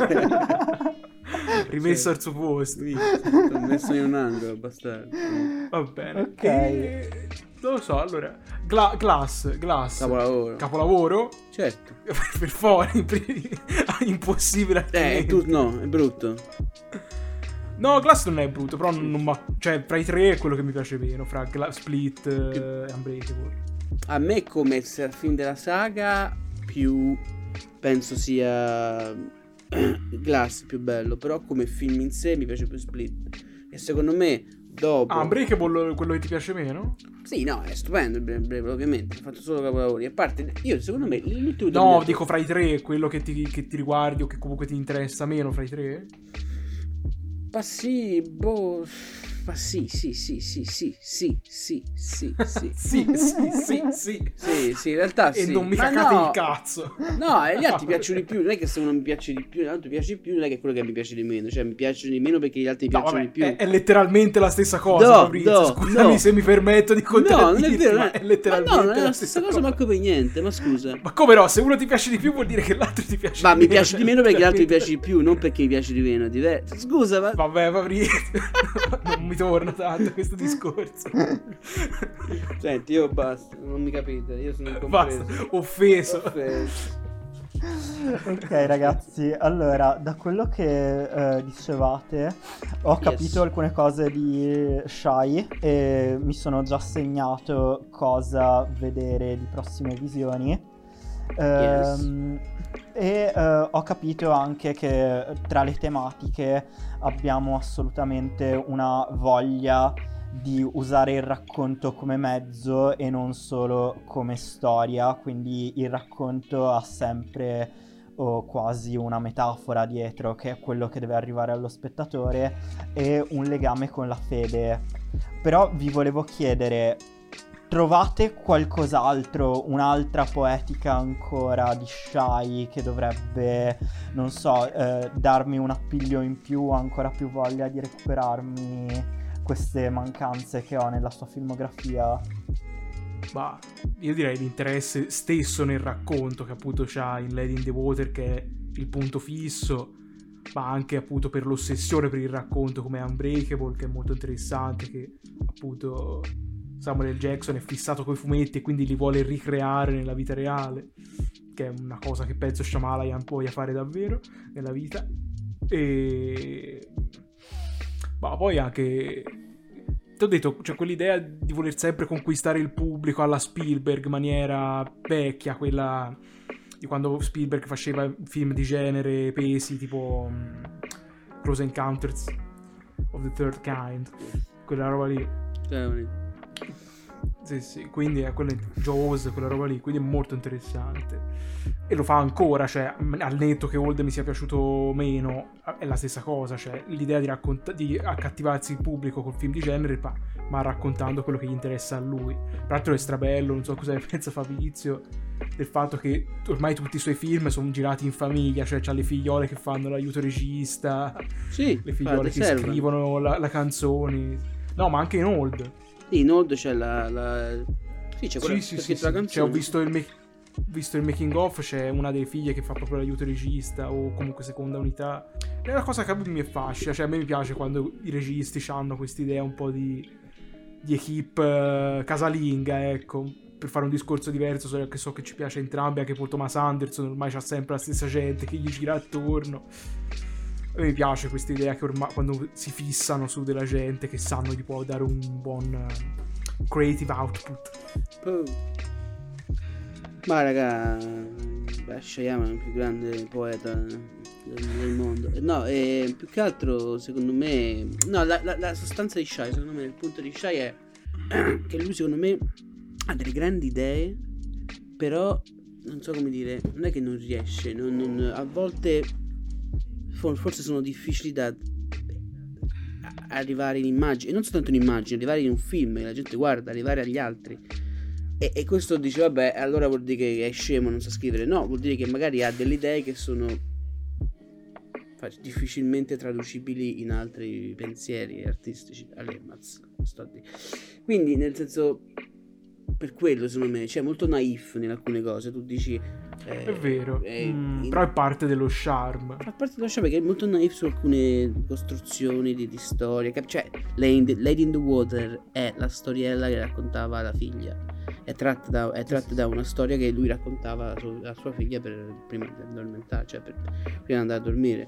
Rimesso al suo posto. Sì, l'ho messo in un angolo, bastardo. Va bene. Ok. E... non lo so, allora. Gla- Glass, Glass. Capolavoro. Capolavoro? Certo. Per fuori, impossibile. Eh, tu no, è brutto. No, Glass non è brutto, però non, non ma... cioè, fra i tre è quello che mi piace meno, fra Gla- Split eh, e Unbreakable. A me come film della saga più penso sia Glass più bello, però come film in sé mi piace più Split. E secondo me dopo Ah, Unbreakable quello che ti piace meno? sì, no, è stupendo il Brave, Brave, ovviamente, ha fatto solo capolavori. A parte io secondo me l'ultimo No, Terminator- dico fra i tre, quello che ti, che ti riguardi o che comunque ti interessa meno fra i tre? Ma sì, boh. Ma sì, sì, sì, sì, sì, sì, sì, sì, sì. Sì, sì, sì, sì. Sì, sì, in realtà E sì. non mi Ma cacate no. il cazzo. No, e gli altri piacciono di più. Non è che se uno mi piace di più, l'altro piace di più, non è che è quello che mi piace di meno. Cioè, mi piacciono di meno perché gli altri mi No, piacciono vabbè, di più. è, è letteralmente la stessa cosa, No, Fabrizio. no, Scusami no. se mi permetto di No, contraddirti, non è vero. ma non è letteralmente ma no, non è la stessa cosa, manco per niente. Ma scusa. Ma come no? Se uno ti piace di più vuol dire che l'altro ti piace Ma di mi meno. piace cioè, di meno perché l'altro mi letteralmente- piace di più, non perché mi piace di meno. È diverso. Scusa, ma. Vabbè, Fabrizio, non mi torna tanto questo discorso. Senti, io basta, non mi capite. Io sono incompreso. Basta, offeso. Offeso. Ok ragazzi, allora da quello che eh, dicevate ho capito alcune cose di Shy e mi sono già segnato cosa vedere di prossime visioni. Ehm, e eh, ho capito anche che tra le tematiche abbiamo assolutamente una voglia di usare il racconto come mezzo e non solo come storia, quindi il racconto ha sempre o quasi una metafora dietro, che è quello che deve arrivare allo spettatore, e un legame con la fede. Però vi volevo chiedere, trovate qualcos'altro, un'altra poetica ancora di Shy che dovrebbe, non so, eh, darmi un appiglio in più, ancora più voglia di recuperarmi queste mancanze che ho nella sua filmografia? Ma io direi l'interesse stesso nel racconto che appunto c'ha in Lady in the Water, che è il punto fisso, ma anche appunto per l'ossessione per il racconto come Unbreakable, che è molto interessante, che appunto Samuel L. Jackson è fissato coi fumetti e quindi li vuole ricreare nella vita reale, che è una cosa che penso Shyamalan voglia fare davvero nella vita. E ma poi anche ti ho detto, c'è quell'idea di voler sempre conquistare il pubblico alla Spielberg, maniera vecchia, quella di quando Spielberg faceva film di genere pesi tipo um, Close Encounters of the Third Kind, quella roba lì. Sì, sì, quindi è quella Jaws, quella roba lì, quindi è molto interessante. E lo fa ancora, cioè, al netto che Old mi sia piaciuto meno, è la stessa cosa, cioè, l'idea di, racconta- di accattivarsi il pubblico col film di genere, pa- ma raccontando quello che gli interessa a lui. Peraltro è strabello, non so cosa ne pensa Fabrizio, del fatto che ormai tutti i suoi film sono girati in famiglia, cioè c'ha le figliole che fanno l'aiuto regista, Sì, le figliole che serve. scrivono la, la canzoni. No, ma anche in Old. Sì, in Old c'è la... la... Sì, c'è quella Sì, c'è sì, scritto sì, la sì. canzone. Cioè, ho visto il, me- visto il making of, c'è una delle figlie che fa proprio l'aiuto regista o comunque seconda unità. È una cosa che a me mi affascina, cioè a me mi piace quando i registi hanno quest'idea un po' di, di equipe uh, casalinga, ecco, per fare un discorso diverso, so che so che ci piace entrambi, anche Paul Thomas Anderson ormai c'ha sempre la stessa gente che gli gira attorno. A me mi piace questa idea che ormai quando si fissano su della gente che sanno gli può dare un buon uh, creative output. Oh. Ma raga, beh, Shyamalan è il più grande poeta del, del mondo. No, e più che altro secondo me, no, la, la, la sostanza di Shy, secondo me il punto di Shy è che lui secondo me ha delle grandi idee, però non so come dire, non è che non riesce, non, non, a volte forse sono difficili da arrivare in immagine, e non soltanto in immagine, arrivare in un film che la gente guarda, arrivare agli altri. E, e questo dice vabbè, allora vuol dire che è scemo, non sa scrivere. No, vuol dire che magari ha delle idee che sono difficilmente traducibili in altri pensieri artistici. All'Emaz, sto a dire. Quindi nel senso, per quello secondo me, cioè molto naif in alcune cose. Tu dici eh, è vero, eh, mm, in... però è parte dello charme. Fa parte dello charme, perché è molto naif su alcune costruzioni di, di storia. Cioè Lady in, the, Lady in the Water è la storiella che raccontava alla figlia. È tratta, da, è tratta da una storia che lui raccontava a sua figlia per, prima di addormentare, cioè per, prima di andare a dormire.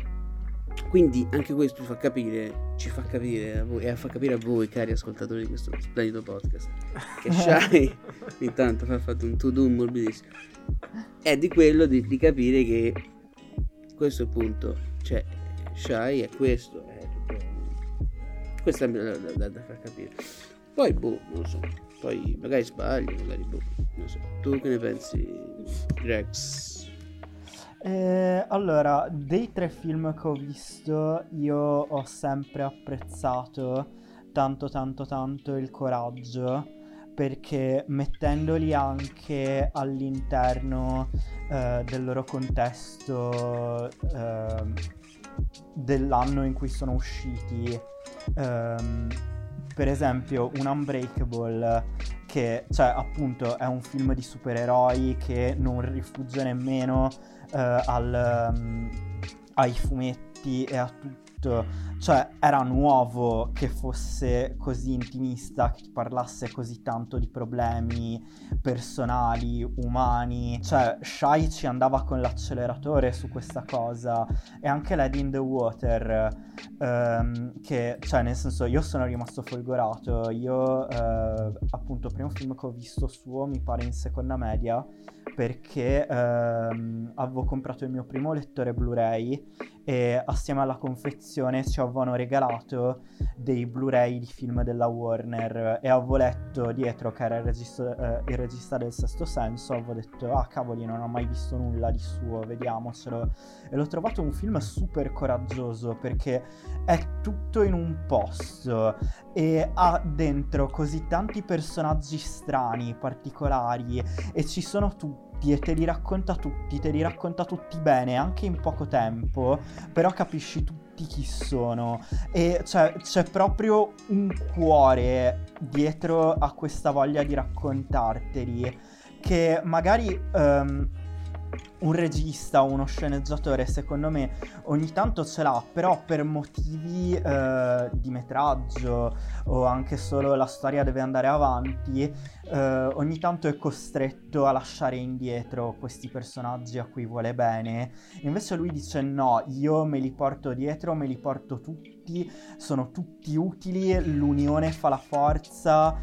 Quindi anche questo fa capire, ci fa capire a voi, e fa capire a voi, cari ascoltatori di questo splendido podcast, che Shy ogni tanto ha fatto un to do morbidissimo. È di quello di, di capire che questo è il punto, cioè Shy è questo, è tutto, questo è da, da, da far capire. Poi boh, non lo so, poi magari sbaglio, magari boh, non lo so. Tu che ne pensi, Rex? Eh, allora, dei tre film che ho visto, io ho sempre apprezzato tanto tanto tanto Il Coraggio, perché mettendoli anche all'interno eh, del loro contesto eh, dell'anno in cui sono usciti, ehm, per esempio un Unbreakable, che cioè appunto è un film di supereroi che non rifugge nemmeno uh, al, um, ai fumetti e a tutto, cioè era nuovo che fosse così intimista, che ti parlasse così tanto di problemi personali, umani, cioè Shy ci andava con l'acceleratore su questa cosa. E anche Lady in the Water, um, che cioè nel senso io sono rimasto folgorato, io uh, appunto primo film che ho visto suo mi pare in seconda media, perché um, avevo comprato il mio primo lettore Blu-ray e assieme alla confezione ci avevano regalato dei Blu-ray di film della Warner e avevo letto dietro che era il regista, eh, il regista del Sesto Senso, avevo detto ah cavoli, non ho mai visto nulla di suo, vediamocelo, e l'ho trovato un film super coraggioso perché è tutto in un posto e ha dentro così tanti personaggi strani, particolari, e ci sono tutti e te li racconta tutti, te li racconta tutti bene, anche in poco tempo, però capisci tutti chi sono, e cioè c'è proprio un cuore dietro a questa voglia di raccontarteli che magari um, un regista o uno sceneggiatore secondo me ogni tanto ce l'ha, però per motivi uh, di metraggio o anche solo la storia deve andare avanti, uh, ogni tanto è costretto a lasciare indietro questi personaggi a cui vuole bene. Invece lui dice no, io me li porto dietro, me li porto tutti, sono tutti utili, l'unione fa la forza,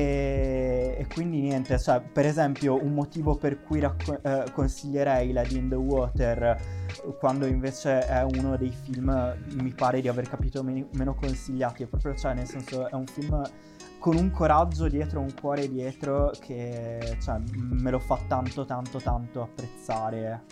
e, e quindi niente, cioè per esempio un motivo per cui racco- eh, consiglierei Lady in the Water, quando invece è uno dei film mi pare di aver capito men- meno consigliati, è proprio, cioè nel senso è un film con un coraggio dietro, un cuore dietro che, cioè, me lo fa tanto tanto tanto apprezzare.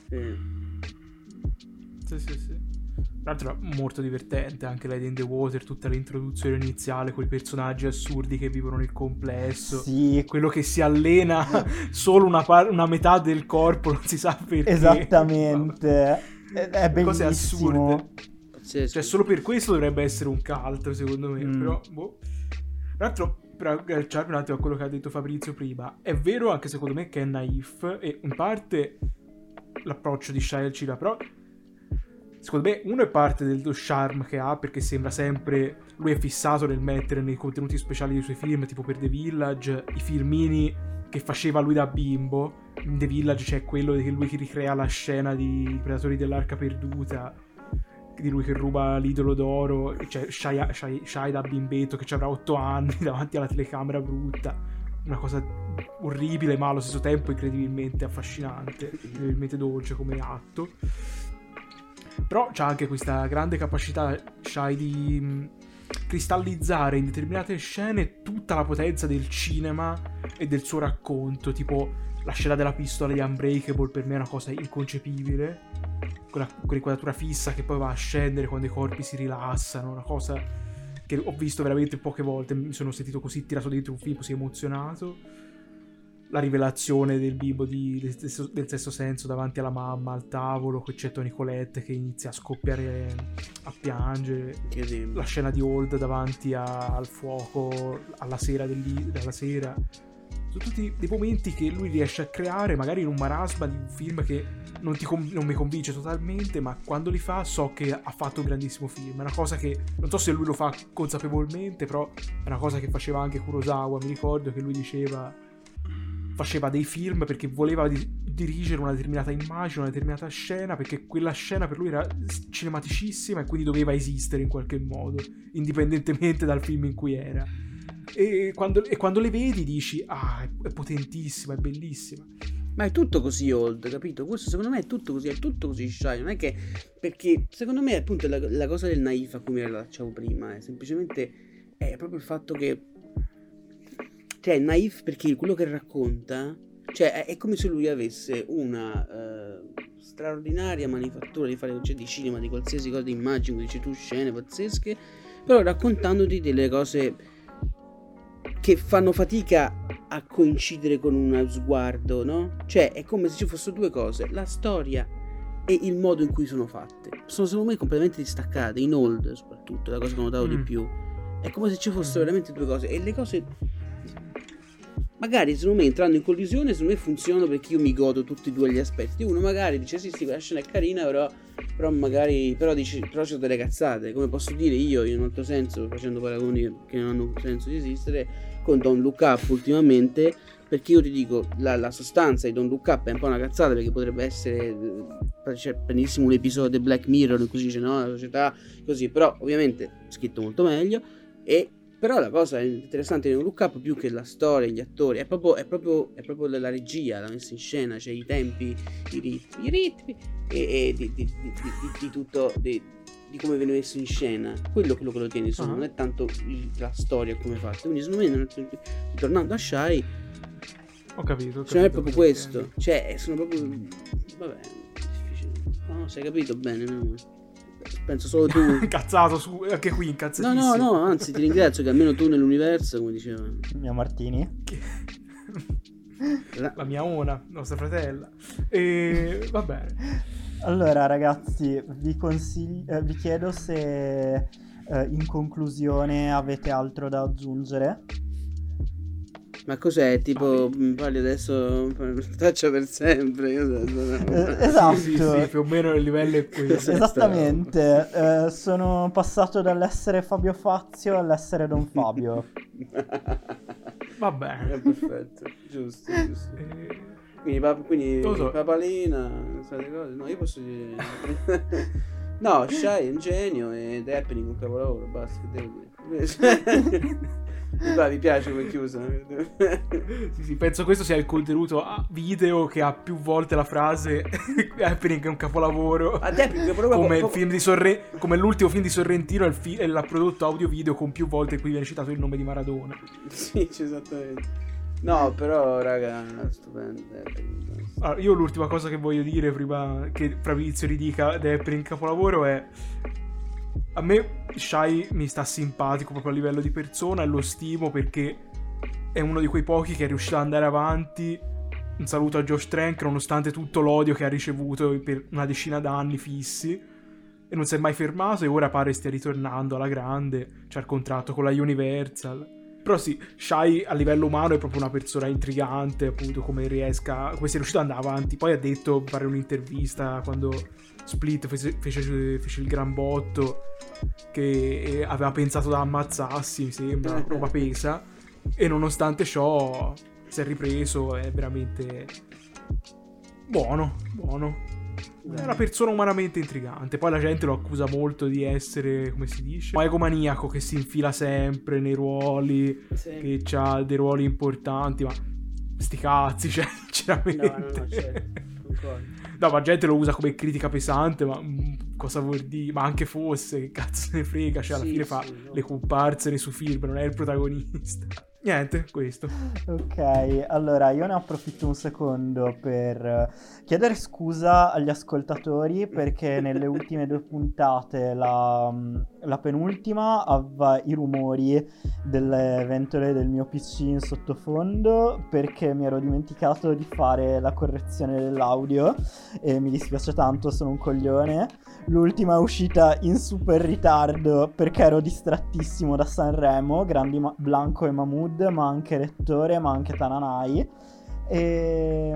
Sì, sì, sì. Tra l'altro molto divertente anche Lady in the Water, tutta l'introduzione iniziale con i personaggi assurdi che vivono nel complesso, sì, quello che si allena solo una, par- una metà del corpo, non si sa perché. esattamente. È, è bellissimo. Cose assurde. Sì, Cioè sì. solo per questo dovrebbe essere un cult, secondo me. Mm. Però boh. Tra l'altro, per agganciarmi un attimo a quello che ha detto Fabrizio prima, è vero anche secondo me che è naif, e in parte l'approccio di Shia LaBeouf, però secondo me uno è parte dello charme che ha, perché sembra sempre, lui è fissato nel mettere nei contenuti speciali dei suoi film, tipo per The Village, i filmini che faceva lui da bimbo. In The Village c'è quello che lui che ricrea la scena di Predatori dell'Arca Perduta, di lui che ruba l'idolo d'oro, c'è Shia, Shia, Shia da bimbetto che avrà otto anni davanti alla telecamera brutta, una cosa orribile ma allo stesso tempo incredibilmente affascinante, incredibilmente dolce come atto. Però c'ha anche questa grande capacità, Shai, di mh, cristallizzare in determinate scene tutta la potenza del cinema e del suo racconto. Tipo la scena della pistola di Unbreakable per me è una cosa inconcepibile, quella, quell'inquadratura fissa che poi va a scendere quando i corpi si rilassano, una cosa che ho visto veramente poche volte, mi sono sentito così tirato dentro un film, così emozionato. La rivelazione del bimbo di, del, stesso, del sesto senso davanti alla mamma al tavolo, qui c'è Toni Collette che inizia a scoppiare, a piangere, la scena di Old davanti a, al fuoco alla sera della sera, sono tutti dei momenti che lui riesce a creare magari in un marasma di un film che non, ti, non mi convince totalmente, ma quando li fa so che ha fatto un grandissimo film. È una cosa che non so se lui lo fa consapevolmente, però è una cosa che faceva anche Kurosawa. Mi ricordo che lui diceva faceva dei film perché voleva di- dirigere una determinata immagine, una determinata scena, perché quella scena per lui era cinematicissima e quindi doveva esistere in qualche modo, indipendentemente dal film in cui era. E quando, e quando le vedi dici ah, è, è potentissima, è bellissima. Ma è tutto così Old, capito? Questo secondo me è tutto così, è tutto così shy. Non è che, perché secondo me appunto la, la cosa del naif a cui mi rilacciavo prima è semplicemente è proprio il fatto che, cioè, naif perché quello che racconta, cioè è, è come se lui avesse una uh, straordinaria manifattura di fare, cioè, di cinema, di qualsiasi cosa, di immagini, dice tu, scene pazzesche, però raccontandoti delle cose che fanno fatica a coincidere con uno sguardo, no? Cioè è come se ci fossero due cose, la storia e il modo in cui sono fatte. Sono secondo me completamente distaccate, in Old soprattutto, la cosa che ho notato mm. di più. È come se ci fossero veramente due cose, e le cose magari secondo me entrando in collisione secondo me funzionano perché io mi godo tutti e due gli aspetti. Uno magari dice sì sì quella scena è carina, però però magari però dice però c'ho delle cazzate, come posso dire io in un altro senso, facendo paragoni che non hanno senso di esistere, con Don't Look Up ultimamente, perché io ti dico la, la sostanza di Don't Look Up è un po' una cazzata, perché potrebbe essere, c'è benissimo un episodio di Black Mirror in cui si dice no, la società così, però ovviamente scritto molto meglio. E però la cosa interessante di Don't Look Up, più che la storia, gli attori, è proprio, è proprio, è proprio la regia, la messa in scena, cioè i tempi, i ritmi, i ritmi e, e di, di, di, di, di tutto, di, di come viene messo in scena. Quello, quello che lo tiene su, uh-huh. non è tanto il, la storia come è fatta. Quindi secondo me, tornando a Shai, ho capito, ho cioè capito, è proprio questo, cioè sono proprio, vabbè, difficile. No, sei capito bene, no? Penso solo tu. Incazzato su, anche qui incazzatissimo. No, no, no, anzi ti ringrazio che almeno tu nell'universo, come diceva mia Martini, la, la mia Ona, nostra fratella. E va bene. Allora ragazzi, vi consiglio, eh, vi chiedo se eh, in conclusione avete altro da aggiungere. Ma cos'è? Tipo, mi parli adesso, faccio per sempre. Io eh, esatto. Sì, sì, sì, più o meno il livello è questo. Esattamente. Eh, sono passato dall'essere Fabio Fazio all'essere Don Fabio. Va bene. È perfetto, giusto, giusto. E... Quindi, pap- quindi so. Papalina, queste cose. No, io posso dire... no, Shai è un genio ed Happening un capolavoro, basta, che devo dire. Mi va, mi piace come chiusa. Sì, sì, penso questo sia il contenuto a video che ha più volte la frase Happening è un capolavoro. Ad Happening, proprio come, po- il film di Sorre- come l'ultimo film di Sorrentino è il fi- è l'ha prodotto audio video con più volte in cui viene citato il nome di Maradona. Sì, esattamente. No, però, raga, stupendo. Allora, io l'ultima cosa che voglio dire prima che Fabrizio ridica The Happening capolavoro è: a me Shai mi sta simpatico proprio a livello di persona e lo stimo perché è uno di quei pochi che è riuscito ad andare avanti. Un saluto a Josh Trank, nonostante tutto l'odio che ha ricevuto per una decina d'anni fissi, e non si è mai fermato e ora pare stia ritornando alla grande. C'ha il contratto con la Universal. Però sì, Shai a livello umano è proprio una persona intrigante, appunto, come riesca, come sia riuscito ad andare avanti. Poi ha detto, fare un'intervista quando Split fece, fece, fece il gran botto, che aveva pensato da ammazzarsi, mi sembra, roba pesa, e nonostante ciò si è ripreso, è veramente buono, buono. È una persona umanamente intrigante. Poi la gente lo accusa molto di essere, come si dice, un egomaniaco che si infila sempre nei ruoli, Sì. che ha dei ruoli importanti, ma sti cazzi, cioè, sinceramente. No, no, no, certo, concordo. No, ma la gente lo usa come critica pesante, ma mm, cosa vuol dire? Ma anche fosse, che cazzo ne frega, cioè alla Sì, fine fa sì, no. le comparse nei suoi film, non è il protagonista. Niente, questo. Ok, allora io ne approfitto un secondo per chiedere scusa agli ascoltatori perché nelle ultime due puntate, la, la penultima, aveva i rumori delle ventole del mio P C in sottofondo perché mi ero dimenticato di fare la correzione dell'audio e mi dispiace tanto, sono un coglione. L'ultima è uscita in super ritardo perché ero distrattissimo da Sanremo, grandi ma- Blanco e Mahmood, ma anche Lettore, ma anche Tananai. E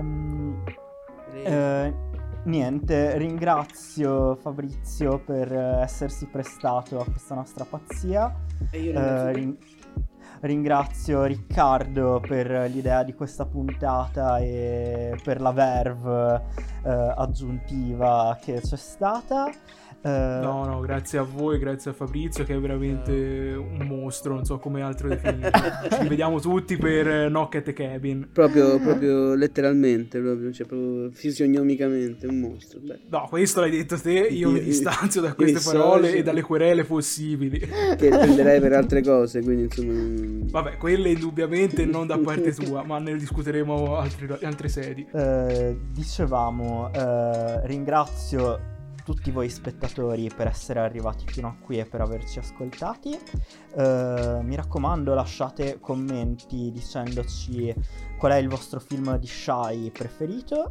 eh, niente, ringrazio Fabrizio per essersi prestato a questa nostra pazzia. E io Eh, ringrazio te. ring- ringrazio Riccardo per l'idea di questa puntata e per la verve eh, aggiuntiva che c'è stata. Eh, No, no, grazie a voi, grazie a Fabrizio che è veramente un mostro, non so come altro definirlo. Ci vediamo tutti per Knock at the Cabin. Proprio, proprio letteralmente, proprio, cioè proprio fisionomicamente un mostro. Beh, No, questo l'hai detto te, io mi Io- distanzio da io queste mi parole dissocio. e dalle querele possibili. che prenderei per altre cose, quindi insomma non- Vabbè, quelle indubbiamente non da parte tua, ma ne discuteremo altre, altre sedi. eh, dicevamo, eh, ringrazio tutti voi spettatori per essere arrivati fino a qui e per averci ascoltati. Eh, mi raccomando, lasciate commenti dicendoci qual è il vostro film di Shai preferito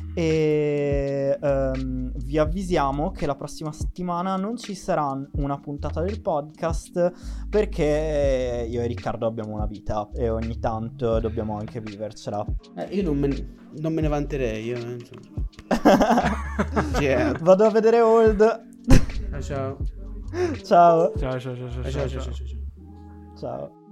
e ehm, vi avvisiamo che la prossima settimana non ci sarà una puntata del podcast perché io e Riccardo abbiamo una vita e ogni tanto dobbiamo anche vivercela. Eh, io non me, non me ne vanterei, io, eh, insomma. Yeah. Vado a vedere Old. Ciao ciao. Ciao. Ciao, ciao, ciao, ciao, Ciao ciao ciao ciao. ciao. ciao. Ciao.